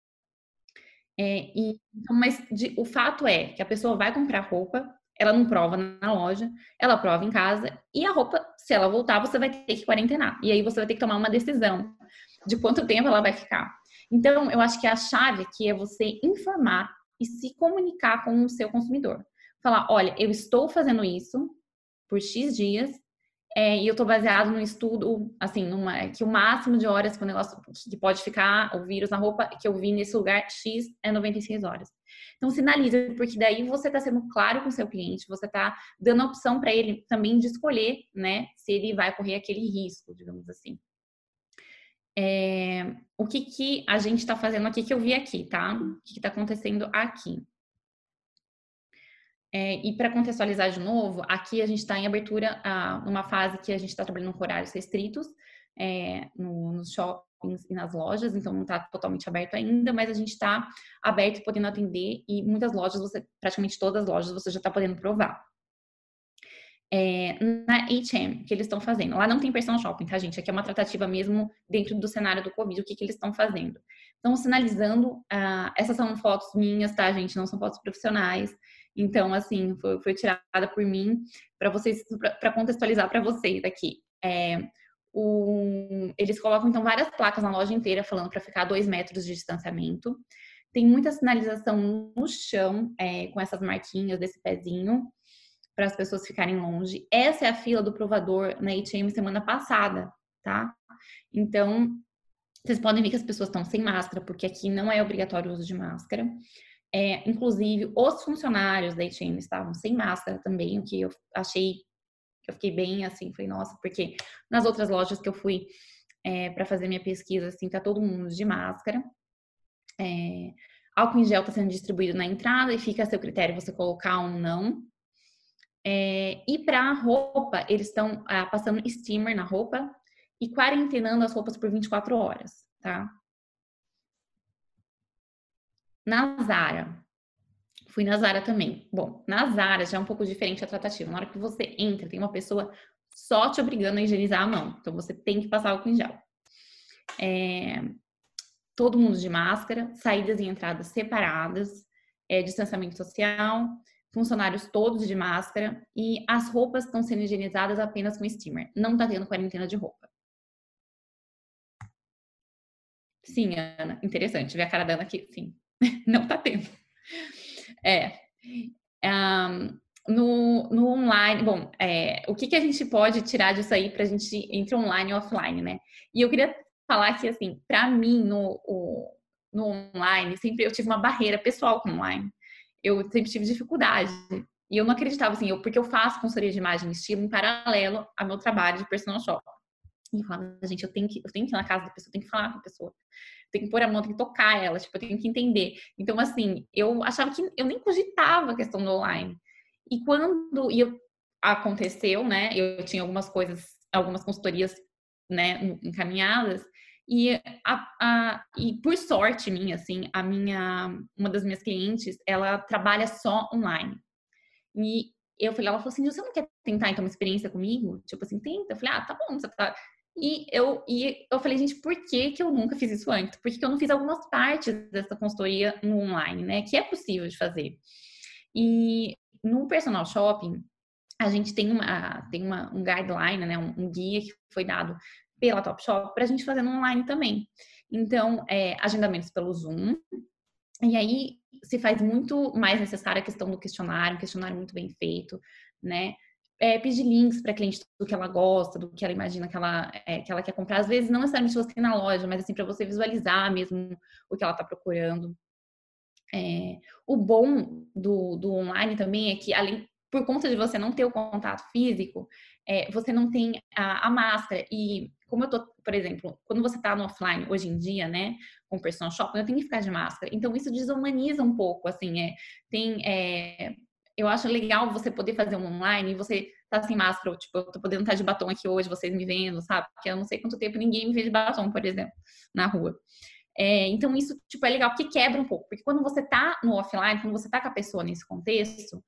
Speaker 3: Mas o fato é que a pessoa vai comprar roupa, ela não prova na loja, ela prova em casa, e a roupa, se ela voltar, você vai ter que quarentenar. E aí você vai ter que tomar uma decisão de quanto tempo ela vai ficar. Então, eu acho que a chave aqui é você informar e se comunicar com o seu consumidor. Falar, olha, eu estou fazendo isso por X dias, e eu estou baseado num estudo, assim, que o máximo de horas que o negócio que pode ficar o vírus na roupa que eu vi nesse lugar X é 96 horas. Então, sinaliza, porque daí você está sendo claro com o seu cliente, você está dando a opção para ele também de escolher, né, se ele vai correr aquele risco, digamos assim. O que a gente está fazendo aqui, que eu vi aqui, tá? O que está acontecendo aqui. E para contextualizar de novo, aqui a gente está em abertura, numa fase que a gente está trabalhando com horários restritos, nos shoppings e nas lojas, então não está totalmente aberto ainda, mas a gente está aberto e podendo atender, e muitas lojas, praticamente todas as lojas, você já está podendo provar. Na H&M, que eles estão fazendo. Lá não tem personal shopping, tá, gente? Aqui é uma tratativa mesmo dentro do cenário do Covid, o que eles estão fazendo. Estão sinalizando, essas são fotos minhas, tá, gente? Não são fotos profissionais. Então, assim, foi tirada por mim para contextualizar para vocês aqui. Eles colocam, então, várias placas na loja inteira falando para ficar a 2 metros de distanciamento. Tem muita sinalização no chão, com essas marquinhas desse pezinho, para as pessoas ficarem longe. Essa é a fila do provador na H&M semana passada, tá? Então, vocês podem ver que as pessoas estão sem máscara, porque aqui não é obrigatório o uso de máscara. Inclusive, os funcionários da H&M estavam sem máscara também, o que eu fiquei bem assim, falei, nossa, porque nas outras lojas que eu fui para fazer minha pesquisa, assim, tá todo mundo de máscara. Álcool em gel está sendo distribuído na entrada e fica a seu critério você colocar ou não. E para a roupa, eles estão passando steamer na roupa e quarentenando as roupas por 24 horas, tá? Na Zara, fui na Zara também. Bom, na Zara já é um pouco diferente a tratativa. Na hora que você entra, tem uma pessoa só te obrigando a higienizar a mão. Então, você tem que passar álcool em gel. Todo mundo de máscara, saídas e entradas separadas, distanciamento social, funcionários todos de máscara e as roupas estão sendo higienizadas apenas com steamer. Não tá tendo quarentena de roupa. Sim, Ana, interessante. Ver a cara da Ana aqui. Sim, não tá tendo. No online, bom, o que a gente pode tirar disso aí pra gente entre online e offline, né? E eu queria falar que, assim, pra mim, no online, sempre eu tive uma barreira pessoal com o online. Eu sempre tive dificuldade. E eu não acreditava, assim, porque eu faço consultoria de imagem e estilo em paralelo ao meu trabalho de personal shopper. E eu falava, gente, eu tenho que ir na casa da pessoa, eu tenho que falar com a pessoa. Tem que pôr a mão, tem que tocar ela, tipo, eu tenho que entender. Então, assim, eu achava que eu nem cogitava a questão do online. E quando aconteceu, né, eu tinha algumas consultorias, né, encaminhadas, e por sorte minha, assim, uma das minhas clientes, ela trabalha só online. E ela falou assim, você não quer tentar, então, uma experiência comigo? Tipo assim, tenta. Eu falei, tá bom, você tá... E eu falei, gente, por que eu nunca fiz isso antes? Por que eu não fiz algumas partes dessa consultoria no online, né? Que é possível de fazer. E no personal shopping, a gente tem um guideline, né? Um guia que foi dado pela Topshop para a gente fazer no online também. Então, agendamentos pelo Zoom, E aí se faz muito mais necessária a questão do questionário, um questionário muito bem feito, né? Pedir links para a cliente do que ela gosta, do que ela imagina que ela quer comprar. Às vezes não necessariamente você tem na loja, mas assim, para você visualizar mesmo o que ela está procurando. O bom do online também é que, além, por conta de você não ter o contato físico, você não tem a máscara. E como eu tô, por exemplo, quando você tá no offline hoje em dia, né, com personal shopping, eu tenho que ficar de máscara. Então isso desumaniza um pouco, assim, eu acho legal você poder fazer um online e você tá sem máscara, ou, tipo, eu tô podendo estar de batom aqui hoje, vocês me vendo, sabe? Porque eu não sei quanto tempo ninguém me vê de batom, por exemplo, na rua. Então, isso, tipo, é legal, porque quebra um pouco. Porque quando você tá no offline, quando você tá com a pessoa nesse contexto,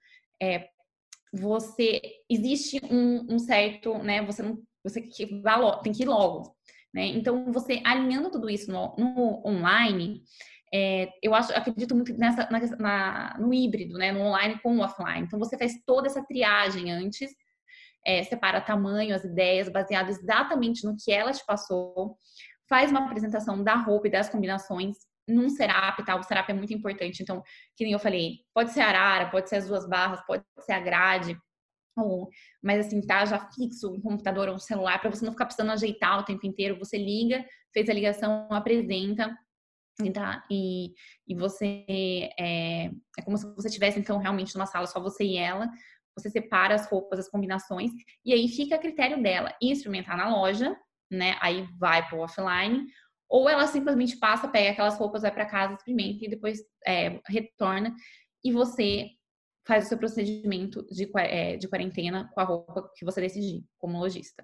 Speaker 3: existe um certo, né, você tem que ir logo, né? Então, você alinhando tudo isso no online, acredito muito no híbrido, né, no online com o offline. Então, você faz toda essa triagem antes, separa tamanho, as ideias, baseado exatamente no que ela te passou, faz uma apresentação da roupa e das combinações num setup, tá? O setup é muito importante. Então, que nem eu falei, pode ser a arara, pode ser as 2 barras, pode ser a grade, mas assim, tá já fixo um computador ou um celular, para você não ficar precisando ajeitar o tempo inteiro. Você liga, fez a ligação, apresenta, tá? E você é como se você estivesse então realmente numa sala só você e ela. Você separa as roupas, as combinações, e aí fica a critério dela ir experimentar na loja, né? Aí vai pro offline, ou ela simplesmente passa, pega aquelas roupas, vai para casa, experimenta e depois retorna, e você faz o seu procedimento de quarentena com a roupa que você decidir, como lojista.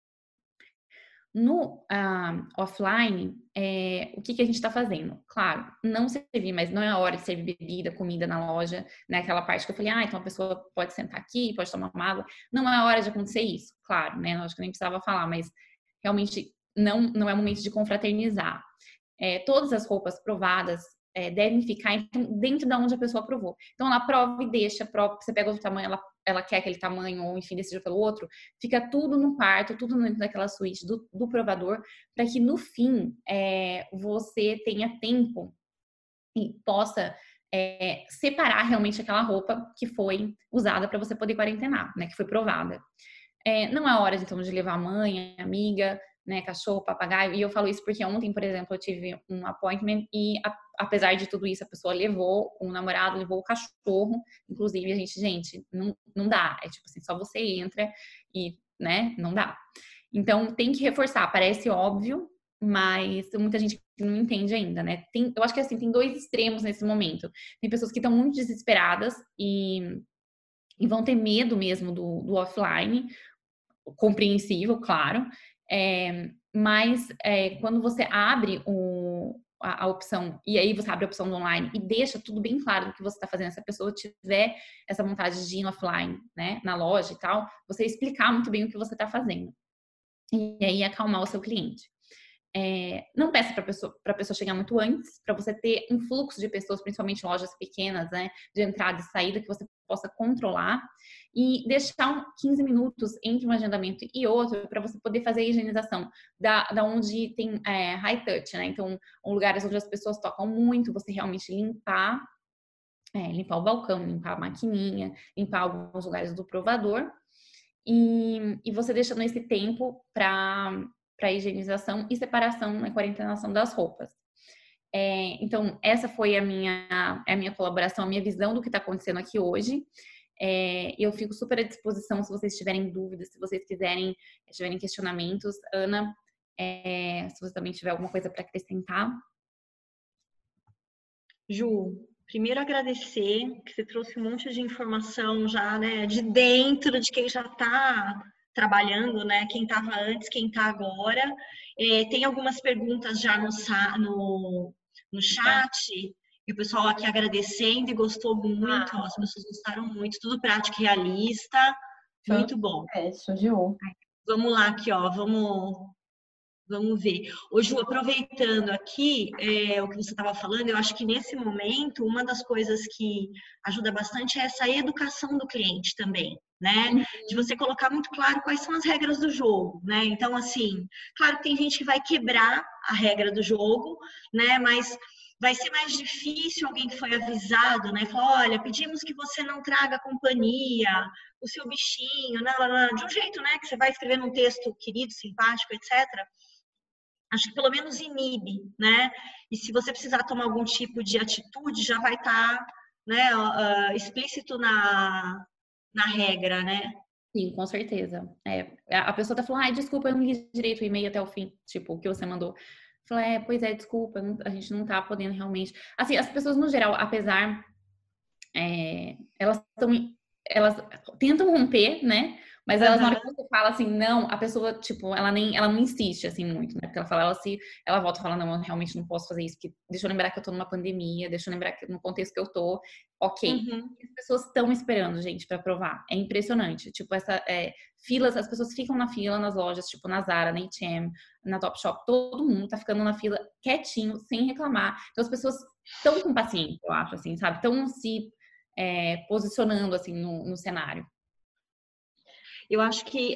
Speaker 3: No offline, o que a gente está fazendo? Claro, não servir, mas não é a hora de servir bebida, comida na loja, né? Aquela parte que eu falei, então a pessoa pode sentar aqui, pode tomar uma água. Não é a hora de acontecer isso, claro, né? Eu acho que eu nem precisava falar, mas realmente não é o momento de confraternizar. Todas as roupas provadas devem ficar dentro de onde a pessoa provou. Então, ela prova e deixa, você pega outro tamanho, ela quer aquele tamanho, ou enfim, decidiu pelo outro, fica tudo no quarto, tudo dentro daquela suíte do provador, para que no fim você tenha tempo e possa separar realmente aquela roupa que foi usada para você poder quarentenar, né, que foi provada. Não é hora, então, de levar a mãe, a amiga, né, cachorro, papagaio. E eu falo isso porque ontem, por exemplo, eu tive um appointment e, apesar de tudo isso, a pessoa levou o namorado, levou o cachorro. Inclusive, gente, não dá. É tipo assim, só você entra e, né, não dá. Então, tem que reforçar. Parece óbvio, mas muita gente não entende ainda, né? Eu acho que, assim, tem 2 extremos nesse momento. Tem pessoas que estão muito desesperadas e vão ter medo mesmo do offline, compreensível, claro, mas quando você abre a opção, e aí você abre a opção do online e deixa tudo bem claro do que você está fazendo, se a pessoa tiver essa vontade de ir no offline, né, na loja e tal, você explicar muito bem o que você está fazendo. E aí acalmar o seu cliente. Não peça para a pessoa chegar muito antes, para você ter um fluxo de pessoas, principalmente lojas pequenas, né, de entrada e saída, que você possa controlar, e deixar 15 minutos entre um agendamento e outro para você poder fazer a higienização da onde tem high touch, né? Então, lugares onde as pessoas tocam muito, você realmente limpar o balcão, limpar a maquininha, limpar alguns lugares do provador, e você deixando esse tempo para higienização e separação, né, quarentenação das roupas. Então, essa foi a minha colaboração, a minha visão do que está acontecendo aqui hoje. Eu fico super à disposição se vocês tiverem dúvidas, se vocês tiverem questionamentos. Ana, se você também tiver alguma coisa para acrescentar.
Speaker 1: Ju, primeiro agradecer que você trouxe um monte de informação já, né, de dentro de quem já está trabalhando, né, quem estava antes, quem está agora. Tem algumas perguntas já no chat, e o pessoal aqui agradecendo e gostou muito, as pessoas gostaram muito, tudo prático e realista, muito bom.
Speaker 2: Show de bola.
Speaker 1: Vamos lá aqui, ó, vamos ver. Ô, Ju, aproveitando aqui o que você estava falando, eu acho que nesse momento, uma das coisas que ajuda bastante é essa educação do cliente também, né? De você colocar muito claro quais são as regras do jogo, né? Então, assim, claro que tem gente que vai quebrar a regra do jogo, né? Mas vai ser mais difícil alguém que foi avisado, né? Falou, olha, pedimos que você não traga a companhia, o seu bichinho, de um jeito, né? Que você vai escrever num texto querido, simpático, etc. Acho que pelo menos inibe, né? E se você precisar tomar algum tipo de atitude, já vai estar, né, explícito na regra, né?
Speaker 3: Sim, com certeza. A pessoa tá falando, ai, desculpa, eu não li direito o e-mail até o fim, tipo, o que você mandou. Fala, pois é, desculpa, a gente não tá podendo realmente. Assim, as pessoas no geral, apesar, elas tentam romper, né? Mas elas, na hora que você fala assim, não, a pessoa, tipo, ela não insiste, assim, muito, né? Porque ela fala, ela volta e fala, não, eu realmente não posso fazer isso, porque deixa eu lembrar que eu tô numa pandemia, deixa eu lembrar que no contexto que eu tô, ok. As pessoas estão esperando, gente, pra provar. É impressionante. Tipo, filas, as pessoas ficam na fila nas lojas, tipo, na Zara, na H&M, na Topshop, todo mundo tá ficando na fila quietinho, sem reclamar. Então, as pessoas estão com paciência, eu acho, assim, sabe? Estão se posicionando, assim, no cenário.
Speaker 1: Eu acho que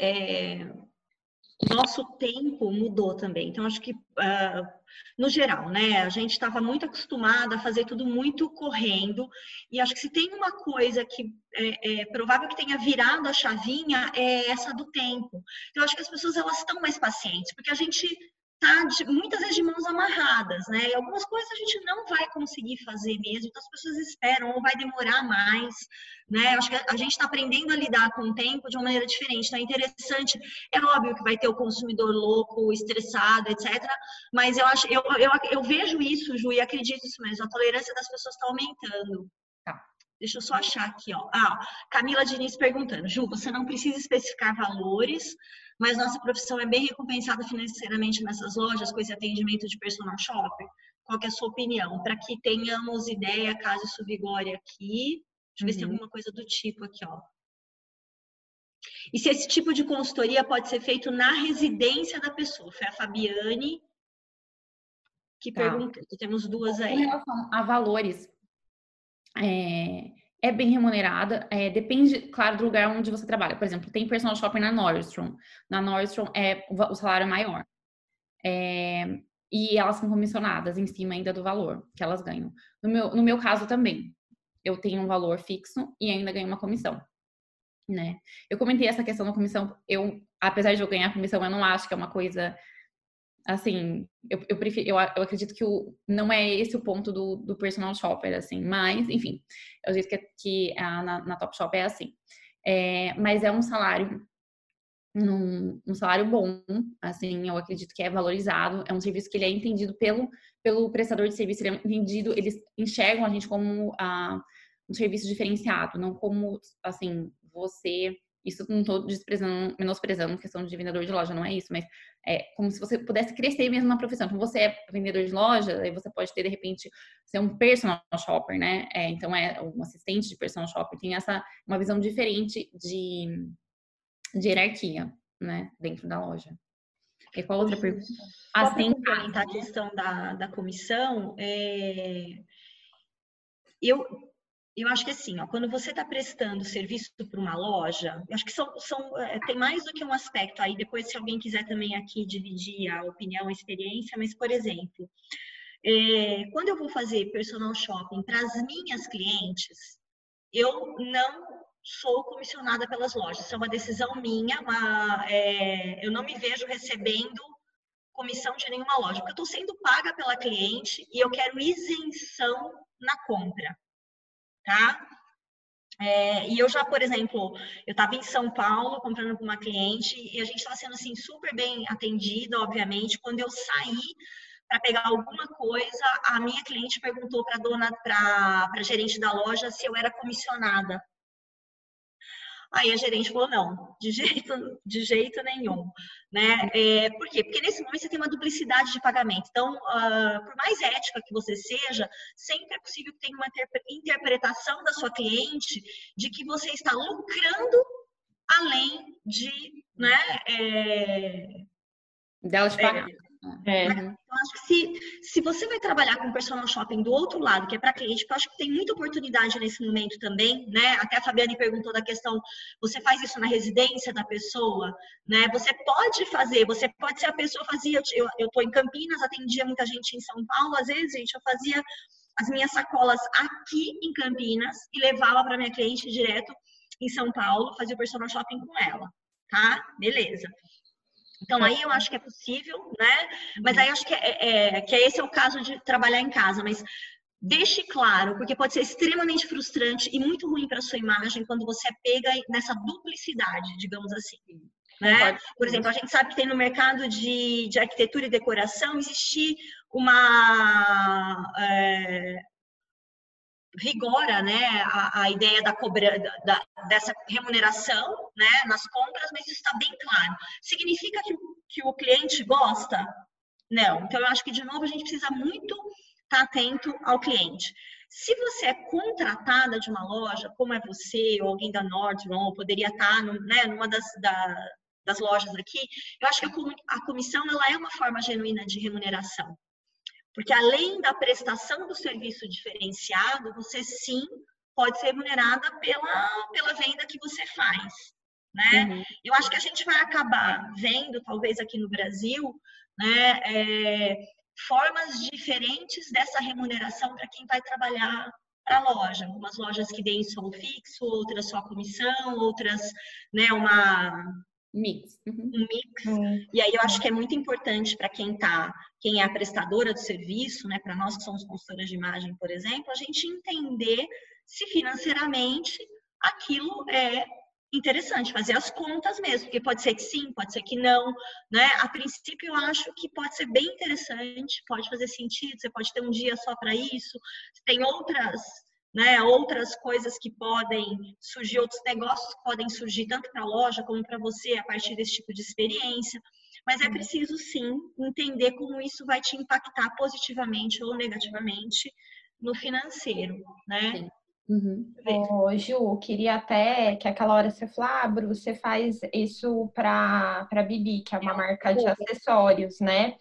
Speaker 1: nosso tempo mudou também. Então, acho que, no geral, né, a gente estava muito acostumado a fazer tudo muito correndo, e acho que se tem uma coisa que é provável que tenha virado a chavinha, é essa do tempo. Então, acho que as pessoas elas estão mais pacientes, porque a gente tá muitas vezes de mãos amarradas, né? E algumas coisas a gente não vai conseguir fazer mesmo, então as pessoas esperam ou vai demorar mais, né? Acho que a gente está aprendendo a lidar com o tempo de uma maneira diferente. Então é interessante, é óbvio que vai ter o consumidor louco, estressado, etc. Mas eu vejo isso, Ju, e acredito isso mesmo. A tolerância das pessoas está aumentando. Deixa eu só achar aqui, ó. Camila Diniz perguntando. Ju, você não precisa especificar valores, mas nossa profissão é bem recompensada financeiramente nessas lojas com esse atendimento de personal shopper? Qual que é a sua opinião? Para que tenhamos ideia, caso isso vigore aqui. Deixa eu ver se tem alguma coisa do tipo aqui, ó. E se esse tipo de consultoria pode ser feito na residência da pessoa? Foi a Fabiane que perguntou. Temos duas aí.
Speaker 3: Em relação a valores, é bem remunerada, depende, claro, do lugar onde você trabalha. Por exemplo, tem personal shopper na Nordstrom. Na Nordstrom o salário é maior. E elas são comissionadas em cima ainda do valor que elas ganham. No meu caso também, eu tenho um valor fixo e ainda ganho uma comissão, né? Eu comentei essa questão da comissão, apesar de eu ganhar comissão, eu não acho que é uma coisa assim, eu acredito que não é esse o ponto do personal shopper, assim, mas, enfim, eu acredito que na Topshop é assim. Mas é um salário, um salário bom, assim, eu acredito que é valorizado, é um serviço que ele é entendido pelo prestador de serviço, ele é entendido, eles enxergam a gente como um serviço diferenciado, não como, assim, isso não estou menosprezando a questão de vendedor de loja, não é isso, mas é como se você pudesse crescer mesmo na profissão. Então, você é vendedor de loja, aí você pode ter, de repente, ser um personal shopper, né? Então, um assistente de personal shopper, tem uma visão diferente de hierarquia, né? Dentro da loja. E qual outra pergunta?
Speaker 1: Só para complementar a questão da comissão, eu acho que assim, ó, quando você está prestando serviço para uma loja, eu acho que tem mais do que um aspecto aí, depois se alguém quiser também aqui dividir a opinião, a experiência, mas, por exemplo, quando eu vou fazer personal shopping para as minhas clientes, eu não sou comissionada pelas lojas, isso é uma decisão minha, eu não me vejo recebendo comissão de nenhuma loja, porque eu estou sendo paga pela cliente e eu quero isenção na compra. Tá? E eu já, por exemplo, eu estava em São Paulo comprando para uma cliente e a gente estava sendo assim super bem atendida, obviamente. Quando eu saí para pegar alguma coisa, a minha cliente perguntou para a gerente da loja se eu era comissionada. Aí a gerente falou, não, de jeito nenhum, né? Por quê? Porque nesse momento você tem uma duplicidade de pagamento. Então, por mais ética que você seja, sempre é possível que tenha uma interpretação da sua cliente de que você está lucrando além de, né?
Speaker 3: Dela te pagar.
Speaker 1: Então, acho que se você vai trabalhar com personal shopping do outro lado, que é para cliente, eu acho que tem muita oportunidade nesse momento também, né? Até a Fabiane perguntou da questão, você faz isso na residência da pessoa, né? Você pode fazer, você pode ser a pessoa fazia, eu tô em Campinas, atendia muita gente em São Paulo, às vezes, gente, eu fazia as minhas sacolas aqui em Campinas e levava para minha cliente direto em São Paulo, fazia o personal shopping com ela, tá? Beleza. Então, aí eu acho que é possível, né? Mas aí eu acho que esse é o caso de trabalhar em casa. Mas deixe claro, porque pode ser extremamente frustrante e muito ruim para a sua imagem quando você pega nessa duplicidade, digamos assim. Né? Por exemplo, a gente sabe que tem no mercado de arquitetura e decoração existir uma... vigora, né, a ideia dessa remuneração, né, nas compras, mas isso está bem claro. Significa que o cliente gosta? Não. Então, eu acho que, de novo, a gente precisa muito estar atento ao cliente. Se você é contratada de uma loja, como é você, ou alguém da Nordstrom, ou poderia estar numa das lojas aqui, eu acho que a comissão ela é uma forma genuína de remuneração. Porque além da prestação do serviço diferenciado, você sim pode ser remunerada pela venda que você faz, né? Eu acho que a gente vai acabar vendo, talvez aqui no Brasil, né, formas diferentes dessa remuneração para quem vai trabalhar para a loja. Algumas lojas que deem só o fixo, outras só a comissão, outras, né,
Speaker 3: mix.
Speaker 1: Um mix. E aí eu acho que é muito importante para quem é a prestadora do serviço, né, para nós que somos consultoras de imagem, por exemplo, a gente entender se financeiramente aquilo é interessante, fazer as contas mesmo, porque pode ser que sim, pode ser que não, né? A princípio eu acho que pode ser bem interessante, pode fazer sentido, você pode ter um dia só para isso, tem outras coisas que podem surgir, outros negócios que podem surgir tanto para a loja como para você a partir desse tipo de experiência. Mas é preciso, sim, entender como isso vai te impactar positivamente ou negativamente no financeiro, né?
Speaker 3: Sim.
Speaker 2: Ô, Ju, queria até que aquela hora você falou, Bru, você faz isso para Bibi, que é uma marca de acessórios, né?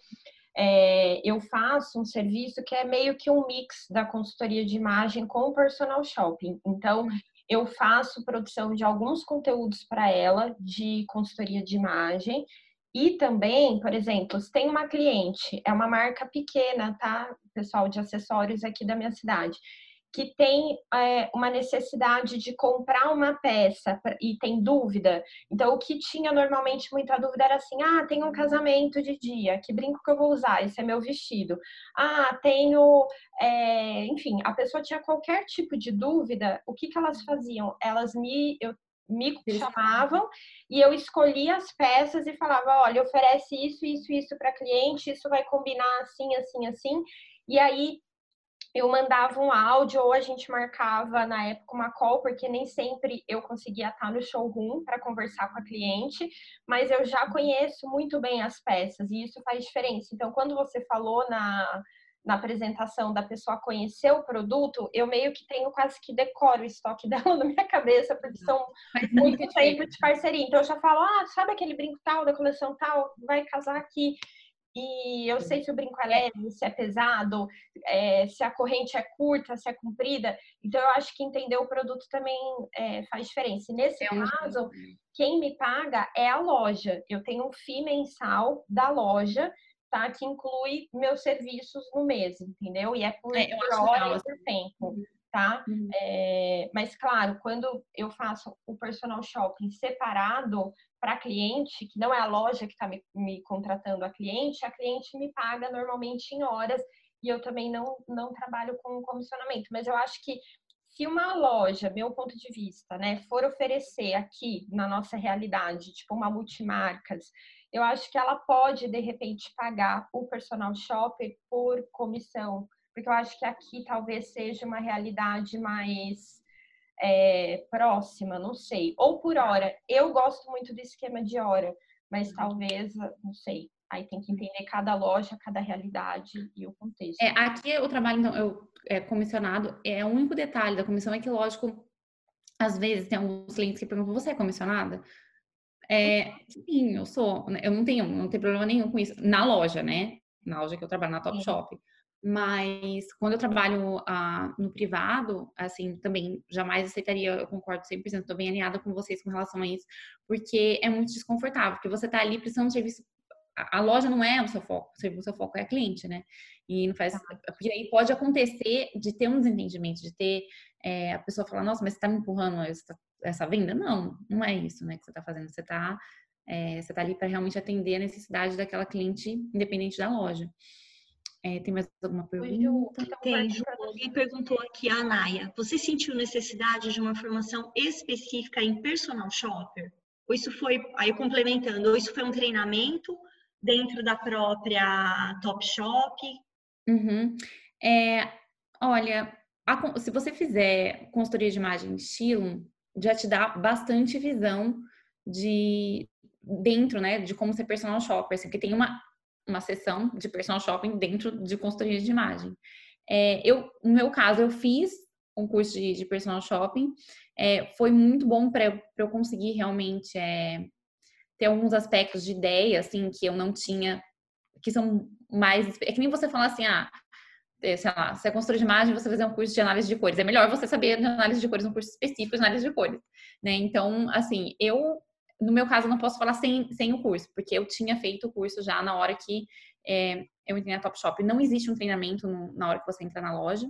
Speaker 2: Eu faço um serviço que é meio que um mix da consultoria de imagem com o personal shopping. Então, eu faço produção de alguns conteúdos para ela de consultoria de imagem e também, por exemplo, se tem uma cliente, é uma marca pequena, tá? Pessoal de acessórios aqui da minha cidade, que tem uma necessidade de comprar uma peça e tem dúvida. Então, o que tinha normalmente muita dúvida era assim, tem um casamento de dia, que brinco que eu vou usar? Esse é meu vestido. Tenho... enfim, a pessoa tinha qualquer tipo de dúvida, o que elas faziam? Elas me chamavam e eu escolhia as peças e falava, olha, oferece isso para cliente, isso vai combinar assim, assim, assim. E aí, eu mandava um áudio ou a gente marcava na época uma call, porque nem sempre eu conseguia estar no showroom para conversar com a cliente, mas eu já conheço muito bem as peças e isso faz diferença. Então, quando você falou na apresentação da pessoa conhecer o produto, eu meio que tenho quase que decoro o estoque dela na minha cabeça, porque são muito tempo de parceria. Então, eu já falo, sabe aquele brinco tal, da coleção tal, vai casar aqui. E eu sei se o brinco é leve, se é pesado, se a corrente é curta, se é comprida. Então, eu acho que entender o produto também faz diferença. E nesse caso, quem me paga é a loja. Eu tenho um FII mensal da loja, tá? Que inclui meus serviços no mês, entendeu? E é por hora e por tempo, tá? Mas, claro, quando eu faço o personal shopping separado para cliente, que não é a loja que está me contratando a cliente me paga normalmente em horas e eu também não trabalho com comissionamento. Mas eu acho que se uma loja, meu ponto de vista, né, for oferecer aqui na nossa realidade, tipo uma multimarcas, eu acho que ela pode, de repente, pagar o personal shopper por comissão, porque eu acho que aqui talvez seja uma realidade mais próxima, não sei. Ou por hora. Eu gosto muito do esquema de hora, mas talvez, não sei. Aí tem que entender cada loja, cada realidade e o contexto.
Speaker 3: Aqui o trabalho, então, comissionado, o único detalhe da comissão é que, lógico, às vezes tem alguns clientes que perguntam, você é comissionada? Sim, eu sou. Eu não tenho problema nenhum com isso. Na loja, né? Na loja que eu trabalho, na Topshop. Mas quando eu trabalho no privado, assim, também jamais aceitaria, eu concordo 100%, estou bem alinhada com vocês com relação a isso, porque é muito desconfortável, porque você tá ali prestando um serviço, a loja não é o seu foco, o seu foco é a cliente, né? E não faz, porque aí pode acontecer de ter um desentendimento, de ter a pessoa falar, nossa, mas você tá me empurrando essa venda? Não, não é isso, né, que você tá fazendo, você tá ali para realmente atender a necessidade daquela cliente, independente da loja. Tem mais alguma pergunta?
Speaker 1: Tem, Ju. Alguém perguntou aqui, a Anaia. Você sentiu necessidade de uma formação específica em personal shopper? Ou isso foi, aí complementando, ou isso foi um treinamento dentro da própria Topshop?
Speaker 3: Uhum. Olha, se você fizer consultoria de imagem de estilo, já te dá bastante visão dentro, né, de como ser personal shopper, assim, porque tem uma seção de personal shopping dentro de consultoria de imagem. No meu caso, eu fiz um curso de personal shopping, foi muito bom para eu conseguir realmente ter alguns aspectos de ideia, assim, que eu não tinha, que são mais... É que nem você falar assim, sei lá, se é consultor de imagem, você fazer um curso de análise de cores. É melhor você saber de análise de cores, um curso específico de análise de cores, né? Então, assim, no meu caso, não posso falar sem o curso, porque eu tinha feito o curso já na hora que eu entrei na Topshop. Não existe um treinamento na hora que você entra na loja.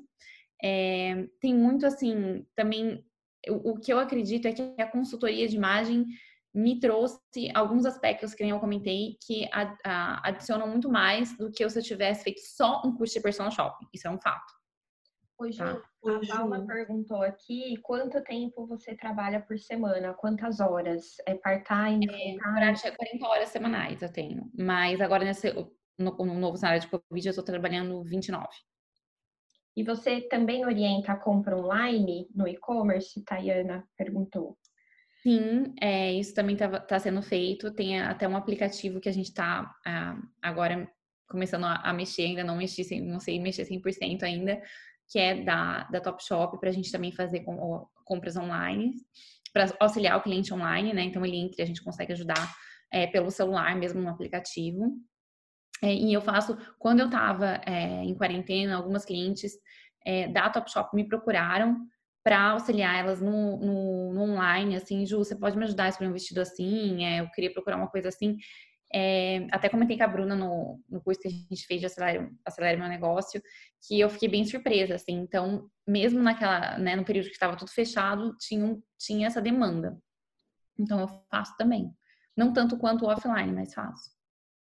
Speaker 3: Tem muito, assim, também... O que eu acredito é que a consultoria de imagem me trouxe alguns aspectos, que nem eu comentei, que adicionam muito mais do que se eu tivesse feito só um curso de personal shopping. Isso é um fato.
Speaker 2: Oi, Ju, a Paula perguntou aqui, quanto tempo você trabalha por semana? Quantas horas? É part-time, full-time?
Speaker 3: 40 horas semanais eu tenho. Mas agora, no novo cenário de Covid, eu estou trabalhando 29.
Speaker 2: E você também orienta a compra online no e-commerce? Tayana perguntou.
Speaker 3: Sim, isso também tá sendo feito. Tem até um aplicativo que a gente está agora começando a mexer, ainda não sei mexer 100% ainda, que é da Topshop, para a gente também fazer compras online, para auxiliar o cliente online, né? Então ele entra e a gente consegue ajudar pelo celular mesmo no aplicativo. E eu faço, quando eu estava em quarentena, algumas clientes da Topshop me procuraram para auxiliar elas no online, assim, Ju, você pode me ajudar a escolher um vestido assim? Eu queria procurar uma coisa assim. Até comentei com a Bruna no curso que a gente fez de Acelere Meu Negócio, que eu fiquei bem surpresa, assim. Então, mesmo no período que estava tudo fechado, tinha essa demanda. Então, eu faço também. Não tanto quanto o offline, mas faço.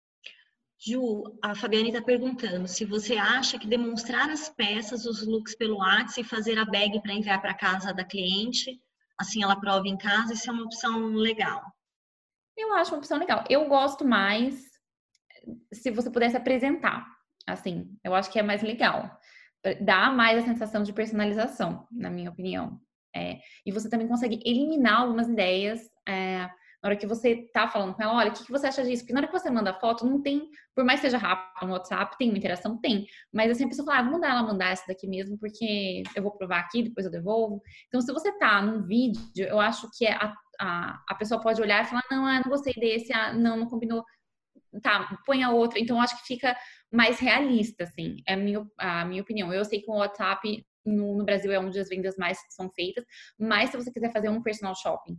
Speaker 1: Ju, a Fabiane está perguntando se você acha que demonstrar as peças, os looks pelo WhatsApp e fazer a bag para enviar para casa da cliente, assim ela prova em casa, isso é uma opção legal.
Speaker 3: Eu acho uma opção legal. Eu gosto mais se você pudesse apresentar, assim, eu acho que é mais legal. Dá mais a sensação de personalização, na minha opinião. E você também consegue eliminar algumas ideias na hora que você tá falando com ela, olha, o que você acha disso? Porque na hora que você manda foto, não tem, por mais que seja rápido no WhatsApp, tem uma interação? Tem. Mas assim, a pessoa fala, vamos mandar essa daqui mesmo, porque eu vou provar aqui, depois eu devolvo. Então, se você tá num vídeo, eu acho que a pessoa pode olhar e falar, não gostei desse, não combinou. Tá, põe a outra. Então, eu acho que fica mais realista, assim. É a minha opinião. Eu sei que o WhatsApp no Brasil é onde as vendas mais são feitas, mas se você quiser fazer um personal shopping,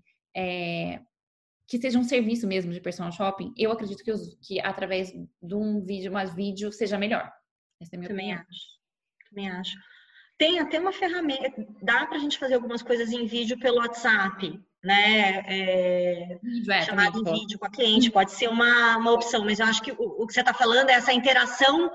Speaker 3: que seja um serviço mesmo de personal shopping, eu acredito que através de um vídeo seja melhor. Essa é a minha opinião.
Speaker 1: Também acho. Tem até uma ferramenta, dá pra gente fazer algumas coisas em vídeo pelo WhatsApp, né? Chamada em vídeo com a cliente, pode ser uma opção, mas eu acho que o que você está falando é essa interação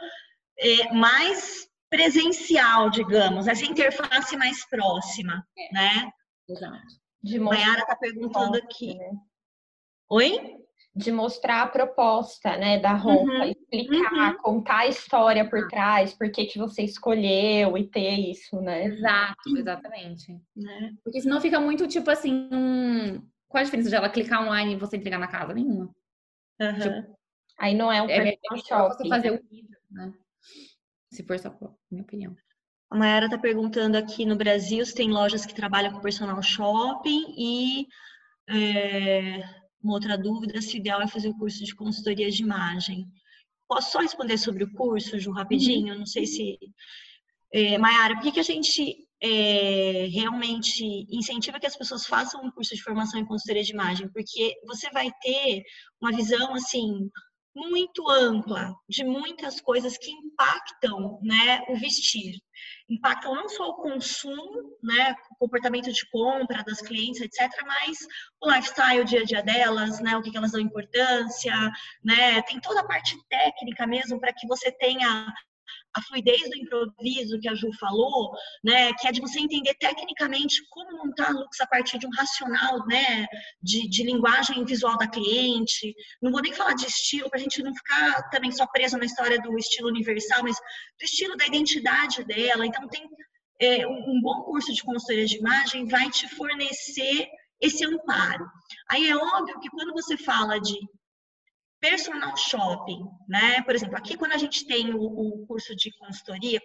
Speaker 1: mais presencial, digamos, essa interface mais próxima, né?
Speaker 3: Exato.
Speaker 1: Mayara está perguntando aqui. Né? Oi?
Speaker 2: De mostrar a proposta, né, da roupa, explicar, contar a história por trás, por que você escolheu e ter isso, né?
Speaker 3: Exato, exatamente. Porque senão fica muito, tipo assim, qual a diferença de ela clicar online e você entregar na casa? Nenhuma.
Speaker 2: Tipo, aí não é um
Speaker 3: personal shopping, você fazer o vídeo, né? Se for só minha opinião.
Speaker 1: A Mayara está perguntando aqui no Brasil se tem lojas que trabalham com personal shopping e uma outra dúvida, se o ideal é fazer o curso de consultoria de imagem. Posso só responder sobre o curso, Ju, rapidinho? Não sei se... Mayara, por que a gente realmente incentiva que as pessoas façam um curso de formação em consultoria de imagem? Porque você vai ter uma visão, assim, muito ampla de muitas coisas que impactam, né, o vestir. Impactam não só o consumo, né, o comportamento de compra das clientes, etc., mas o lifestyle, o dia a dia delas, né, o que elas dão importância, né, tem toda a parte técnica mesmo para que você tenha a fluidez do improviso que a Ju falou, né, que é de você entender tecnicamente como montar looks a partir de um racional, né, de linguagem visual da cliente. Não vou nem falar de estilo, para a gente não ficar também só preso na história do estilo universal, mas do estilo da identidade dela. Então, tem um bom curso de consultoria de imagem vai te fornecer esse amparo. Aí é óbvio que quando você fala de personal shopping, né? Por exemplo, aqui quando a gente tem o curso de consultoria,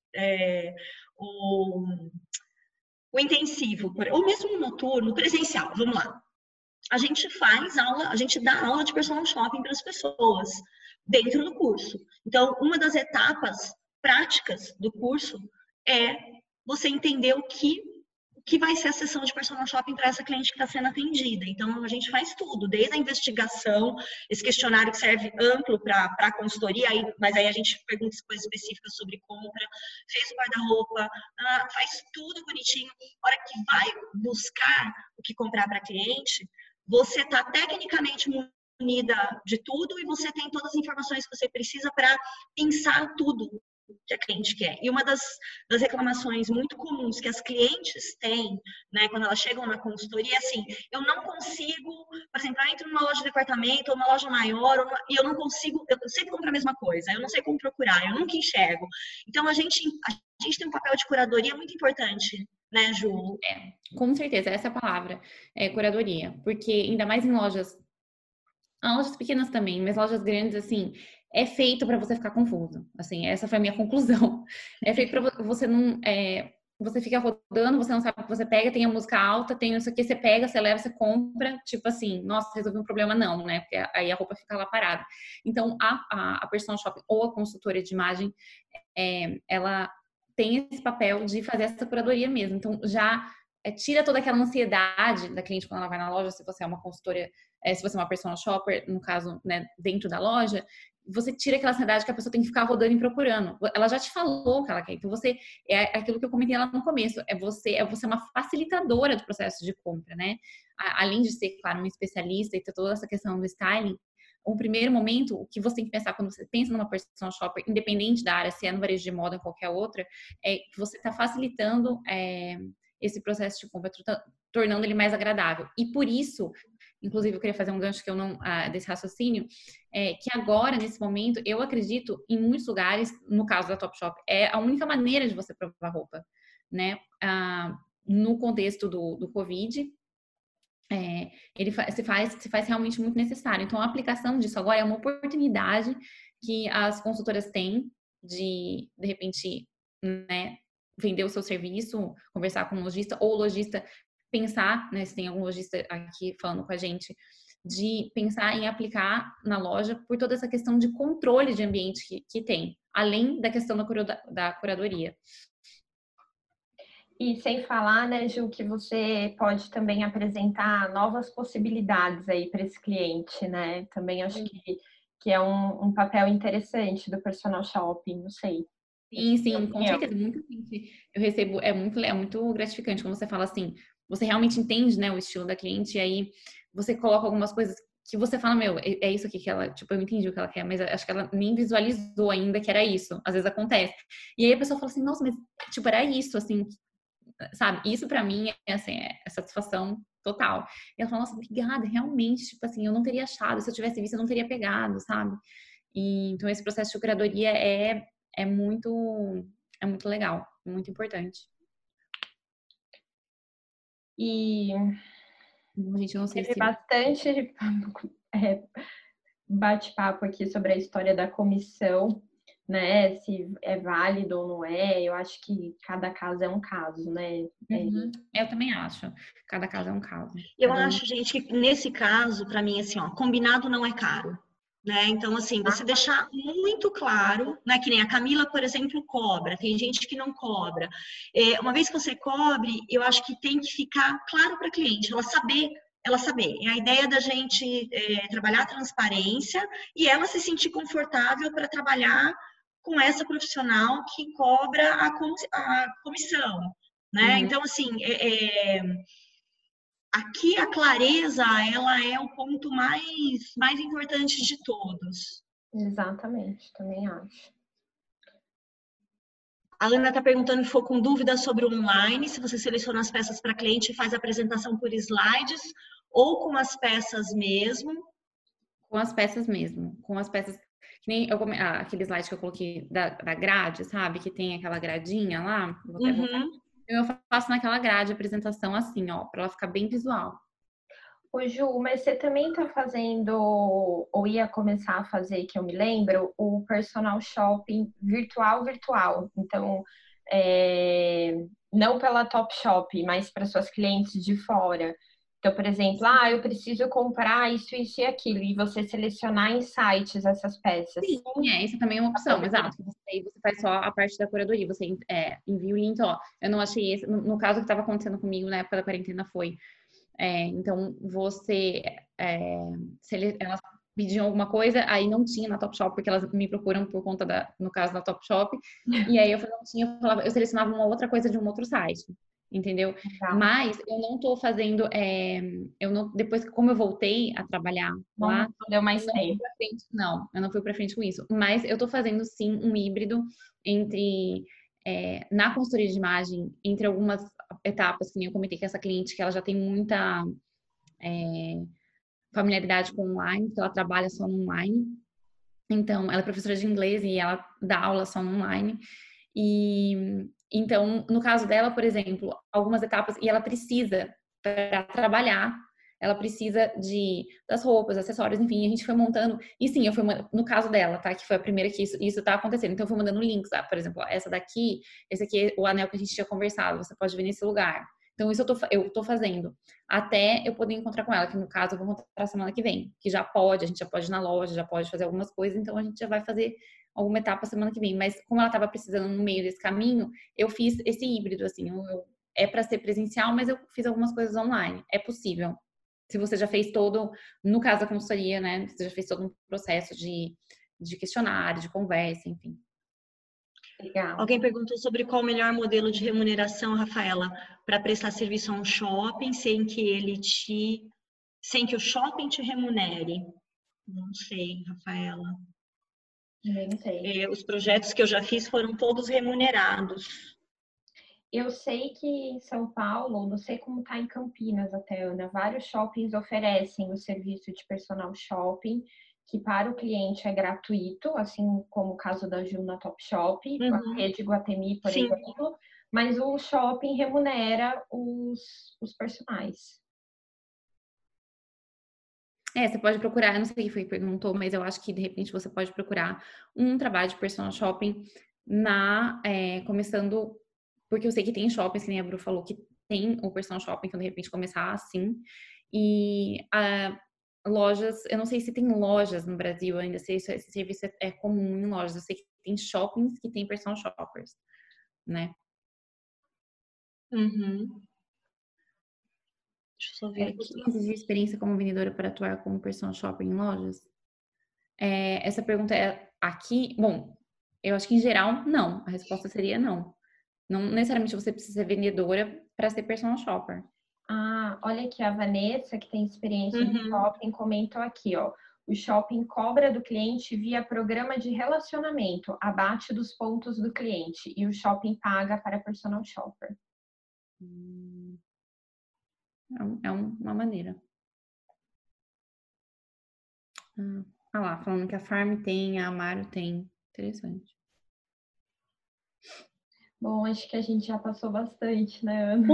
Speaker 1: o intensivo, ou mesmo o noturno, presencial, vamos lá. A gente faz aula, a gente dá aula de personal shopping para as pessoas dentro do curso. Então, uma das etapas práticas do curso é você entender o que vai ser a sessão de personal shopping para essa cliente que está sendo atendida. Então, a gente faz tudo, desde a investigação, esse questionário que serve amplo para a consultoria, mas aí a gente pergunta coisas específicas sobre compra, fez o guarda-roupa, faz tudo bonitinho. A hora que vai buscar o que comprar para a cliente, você está tecnicamente munida de tudo e você tem todas as informações que você precisa para pensar tudo que a cliente quer. E uma das reclamações muito comuns que as clientes têm, né, quando elas chegam na consultoria, é assim, eu não consigo, por exemplo, eu entro numa loja de departamento ou numa loja maior e eu não consigo, eu sempre compro a mesma coisa, eu não sei como procurar, eu nunca enxergo. Então, a gente tem um papel de curadoria muito importante, né, Ju?
Speaker 3: Com certeza, essa é a palavra, curadoria. Porque ainda mais em lojas pequenas também, mas lojas grandes, assim, é feito para você ficar confuso. Assim, essa foi a minha conclusão. É feito para você não... você fica rodando, você não sabe o que você pega, tem a música alta, tem isso aqui, você pega, você leva, você compra, tipo assim, nossa, resolvi um problema, não, né? Porque aí a roupa fica lá parada. Então, a personal shopping ou a consultora de imagem, ela tem esse papel de fazer essa curadoria mesmo. Então, já tira toda aquela ansiedade da cliente quando ela vai na loja, se você é uma consultora, se você é uma personal shopper, no caso, né, dentro da loja, você tira aquela ansiedade que a pessoa tem que ficar rodando e procurando. Ela já te falou o que ela quer. Então, você, é aquilo que eu comentei lá no começo, é você uma facilitadora do processo de compra, né? Além de ser, claro, uma especialista e ter toda essa questão do styling, o primeiro momento, o que você tem que pensar quando você pensa numa personal shopper, independente da área, se é no varejo de moda ou qualquer outra, é que você está facilitando esse processo de compra, tornando ele mais agradável. E por isso, inclusive, eu queria fazer um gancho que eu não desse raciocínio, que agora, nesse momento, eu acredito, em muitos lugares, no caso da Topshop, é a única maneira de você provar roupa, né? No contexto do Covid, se faz realmente muito necessário. Então, a aplicação disso agora é uma oportunidade que as consultoras têm de repente, né, vender o seu serviço, conversar com um lojista, ou o lojista pensar, né, se tem algum lojista aqui falando com a gente, de pensar em aplicar na loja por toda essa questão de controle de ambiente que tem, além da questão da curadoria.
Speaker 2: E sem falar, né, Ju, que você pode também apresentar novas possibilidades aí para esse cliente, né? Também acho que é um papel interessante do personal shopping, não sei.
Speaker 3: Sim, com certeza. Muita gente eu recebo, é muito gratificante quando você fala assim, você realmente entende, né, o estilo da cliente, e aí você coloca algumas coisas que você fala, meu, é isso aqui que ela, tipo, eu entendi o que ela quer, mas acho que ela nem visualizou ainda que era isso. Às vezes acontece. E aí a pessoa fala assim, nossa, mas, tipo, era isso, assim, sabe? Isso pra mim assim, é satisfação total. E ela fala, nossa, obrigada, realmente, tipo assim, eu não teria achado, se eu tivesse visto, eu não teria pegado, sabe? E, então esse processo de curadoria é muito legal, muito importante.
Speaker 2: E
Speaker 3: a gente não sei
Speaker 2: teve
Speaker 3: se...
Speaker 2: bastante bate-papo aqui sobre a história da comissão, né? Se é válido ou não é. Eu acho que cada caso é um caso, né?
Speaker 3: Eu também acho. Cada caso é um caso.
Speaker 1: Eu acho, gente, que nesse caso, para mim, assim, ó, combinado não é caro. Né? Então, assim, você deixar muito claro, né? Que nem a Camila, por exemplo, cobra, tem gente que não cobra. Uma vez que você cobre, eu acho que tem que ficar claro para a cliente, ela saber. É a ideia da gente trabalhar a transparência e ela se sentir confortável para trabalhar com essa profissional que cobra a comissão, né? Então, assim, aqui a clareza, ela é o ponto mais importante de todos.
Speaker 2: Exatamente, também acho.
Speaker 1: A Ana está perguntando se ficou com dúvidas sobre o online, se você seleciona as peças para cliente e faz a apresentação por slides ou com as peças mesmo.
Speaker 3: Com as peças mesmo, com as peças, que nem aquele slide que eu coloquei da grade, sabe? Que tem aquela gradinha lá, vou até voltar. Eu faço naquela grade a apresentação assim, ó, para ela ficar bem visual.
Speaker 2: Ô Ju, mas você também tá fazendo, ou ia começar a fazer, que eu me lembro, o personal shopping virtual. Então, não pela Topshop, mas para suas clientes de fora. Então, por exemplo, eu preciso comprar isso e aquilo, e você selecionar em sites essas peças.
Speaker 3: Sim, isso também é uma opção, exato. Você faz só a parte da curadoria, você envia o link, ó, eu não achei esse, no caso que estava acontecendo comigo na época da quarentena foi, então elas pediam alguma coisa, aí não tinha na Topshop, porque elas me procuram por conta no caso da Topshop, e aí eu selecionava uma outra coisa de um outro site. Entendeu? Tá. Mas eu não tô fazendo, depois que como eu voltei a trabalhar lá,
Speaker 2: não deu mais tempo.
Speaker 3: Eu não fui pra frente com isso. Mas eu tô fazendo sim um híbrido entre, na consultoria de imagem, entre algumas etapas, que nem eu comentei que essa cliente que ela já tem muita familiaridade com online, que ela trabalha só no online. Então, ela é professora de inglês e ela dá aula só no online. E então, no caso dela, por exemplo, algumas etapas, e ela precisa, para trabalhar, ela precisa das roupas, acessórios, enfim, a gente foi montando, e sim, no caso dela, tá, que foi a primeira que isso tá acontecendo, então eu fui mandando links, por exemplo, essa daqui, esse aqui é o anel que a gente tinha conversado, você pode ver nesse lugar. Então, isso eu tô fazendo, até eu poder encontrar com ela, que no caso eu vou encontrar semana que vem, que a gente já pode ir na loja, já pode fazer algumas coisas, então a gente já vai fazer alguma etapa semana que vem, mas como ela estava precisando no meio desse caminho, eu fiz esse híbrido, assim, é para ser presencial, mas eu fiz algumas coisas online, é possível. Se você já fez no caso da consultoria, né, você já fez todo um processo de questionário, de conversa, enfim.
Speaker 1: Legal. Alguém perguntou sobre qual o melhor modelo de remuneração, Rafaela, para prestar serviço a um shopping sem que o shopping te remunere. Não sei, Rafaela.
Speaker 2: Não sei.
Speaker 1: Os projetos que eu já fiz foram todos remunerados.
Speaker 2: Eu sei que em São Paulo, não sei como tá em Campinas até, Ana, vários shoppings oferecem o serviço de personal shopping, que para o cliente é gratuito, assim como o caso da Ju na Topshop, a rede Iguatemi, por exemplo, mas o shopping remunera os personagens.
Speaker 3: Você pode procurar, eu não sei quem foi que perguntou, mas eu acho que de repente você pode procurar um trabalho de personal shopping começando, porque eu sei que tem shoppings, que nem a Bru falou, que tem o personal shopping, então de repente começar assim, e lojas, eu não sei se tem lojas no Brasil ainda, se esse serviço é comum em lojas, eu sei que tem shoppings que tem personal shoppers, né? Deixa eu só ver aqui. 15 de experiência como vendedora para atuar como personal shopper em lojas? Essa pergunta é aqui. Bom, eu acho que em geral, não. A resposta seria não. Não necessariamente você precisa ser vendedora para ser personal shopper.
Speaker 2: Olha aqui, a Vanessa, que tem experiência no shopping, comentou aqui, ó. O shopping cobra do cliente via programa de relacionamento, abate dos pontos do cliente, e o shopping paga para personal shopper.
Speaker 3: É uma maneira. Lá, falando que a Farm tem, a Amaro tem. Interessante.
Speaker 2: Bom, acho que a gente já passou bastante, né, Ana?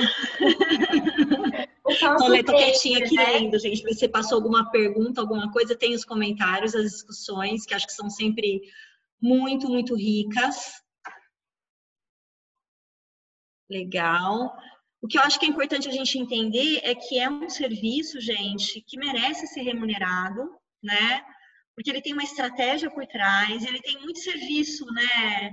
Speaker 1: Tô quietinha aqui lendo, gente. Se você passou alguma pergunta, alguma coisa, tem os comentários, as discussões, que acho que são sempre muito, muito ricas. Legal. O que eu acho que é importante a gente entender é que é um serviço, gente, que merece ser remunerado, né? Porque ele tem uma estratégia por trás, ele tem muito serviço, né?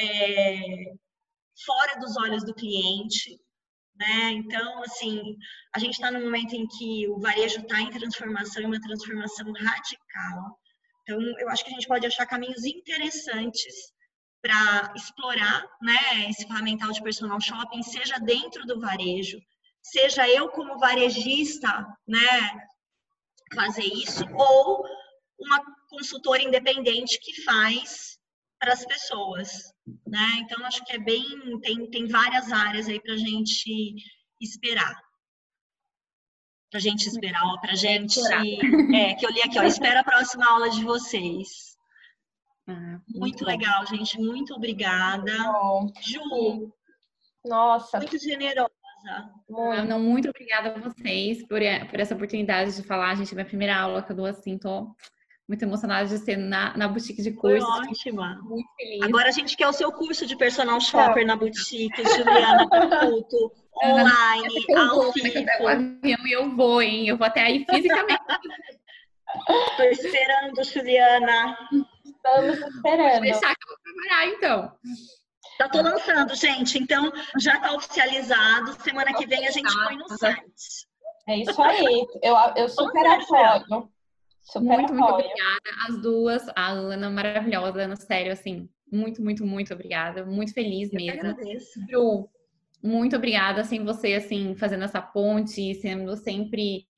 Speaker 1: Fora dos olhos do cliente, né? Então, assim, a gente está num momento em que o varejo está em transformação, uma transformação radical. Então, eu acho que a gente pode achar caminhos interessantes para explorar, né, esse ferramental de personal shopping, seja dentro do varejo, seja eu como varejista, né, fazer isso, ou uma consultora independente que faz para as pessoas, né? Então, acho que é bem, tem várias áreas aí para a gente esperar. Para a gente esperar, ó, para a gente... que eu li aqui, ó, espera a próxima aula de vocês. Muito legal, gente. Muito obrigada. Ju,
Speaker 2: nossa,
Speaker 1: muito generosa.
Speaker 3: Muito obrigada a vocês por essa oportunidade de falar. Gente, minha primeira aula que eu dou assim, tô muito emocionada de ser na boutique de curso.
Speaker 1: Foi ótima.
Speaker 3: Muito feliz.
Speaker 1: Agora a gente quer o seu curso de personal shopper na boutique, Juliana Caputo, online, ao vivo.
Speaker 3: Eu vou, hein? Eu vou até aí fisicamente.
Speaker 1: Tô esperando, Juliana.
Speaker 2: Estamos esperando.
Speaker 3: Vou deixar que eu vou preparar, então.
Speaker 1: Já tô lançando, gente. Então, já tá oficializado. Semana que vem a gente põe no site.
Speaker 2: É isso aí. Eu super apoio.
Speaker 3: Muito obrigada. As duas, a Ana, maravilhosa, Ana, sério, assim, muito, muito, muito obrigada. Muito feliz mesmo.
Speaker 1: Eu agradeço.
Speaker 3: Bru, muito obrigada, assim, você, assim, fazendo essa ponte, sendo sempre,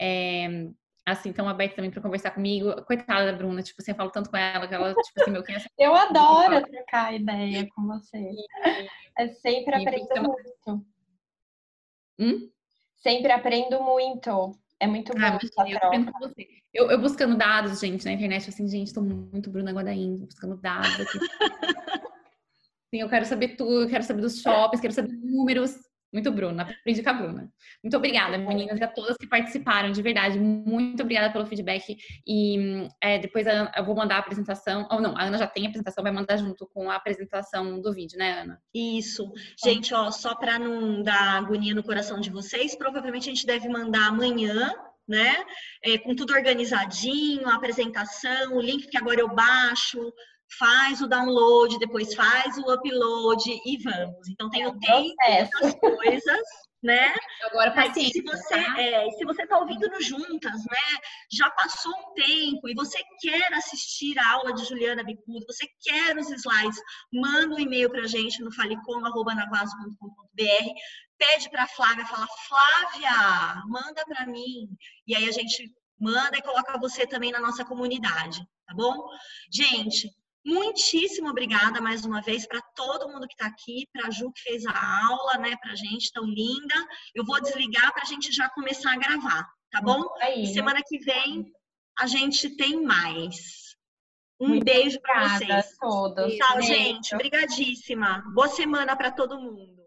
Speaker 3: assim, tão aberta também para conversar comigo. Coitada da Bruna, tipo assim, eu falo tanto com ela que ela, tipo assim, meu, quem é essa...
Speaker 2: Eu adoro trocar ideia com você. Sempre aprendo muito. Sempre aprendo muito. É muito bom essa troca.
Speaker 3: Eu buscando dados, gente, na internet, assim, gente, tô muito Bruna Guadain, buscando dados aqui. Sim, eu quero saber tudo, eu quero saber dos shoppings, quero saber números. Muito Bruna, aprendi com a Bruna. Muito obrigada, meninas, e a todas que participaram, de verdade. Muito obrigada pelo feedback. E depois eu vou mandar a apresentação. Ou não, a Ana já tem a apresentação, vai mandar junto com a apresentação do vídeo, né, Ana?
Speaker 1: Isso. Gente, ó, só para não dar agonia no coração de vocês, provavelmente a gente deve mandar amanhã, né? Com tudo organizadinho, a apresentação, o link que agora eu baixo, faz o download, depois faz o upload e vamos. Então tem o tempo das coisas, né?
Speaker 3: Agora paciência,
Speaker 1: se você tá ouvindo no Juntas, né? Já passou um tempo e você quer assistir a aula de Juliana Bicudo, você quer os slides, manda um e-mail pra gente no falecom@navaso.com.br, pede pra Flávia, fala, Flávia, manda pra mim. E aí a gente manda e coloca você também na nossa comunidade, tá bom? Gente, muitíssimo obrigada mais uma vez para todo mundo que está aqui, para a Ju que fez a aula, né, para a gente, tão linda. Eu vou desligar para a gente já começar a gravar, tá bom? E semana que vem a gente tem mais. Um beijo para vocês.
Speaker 2: Todos.
Speaker 1: Tchau, gente. Obrigadíssima. Boa semana para todo mundo.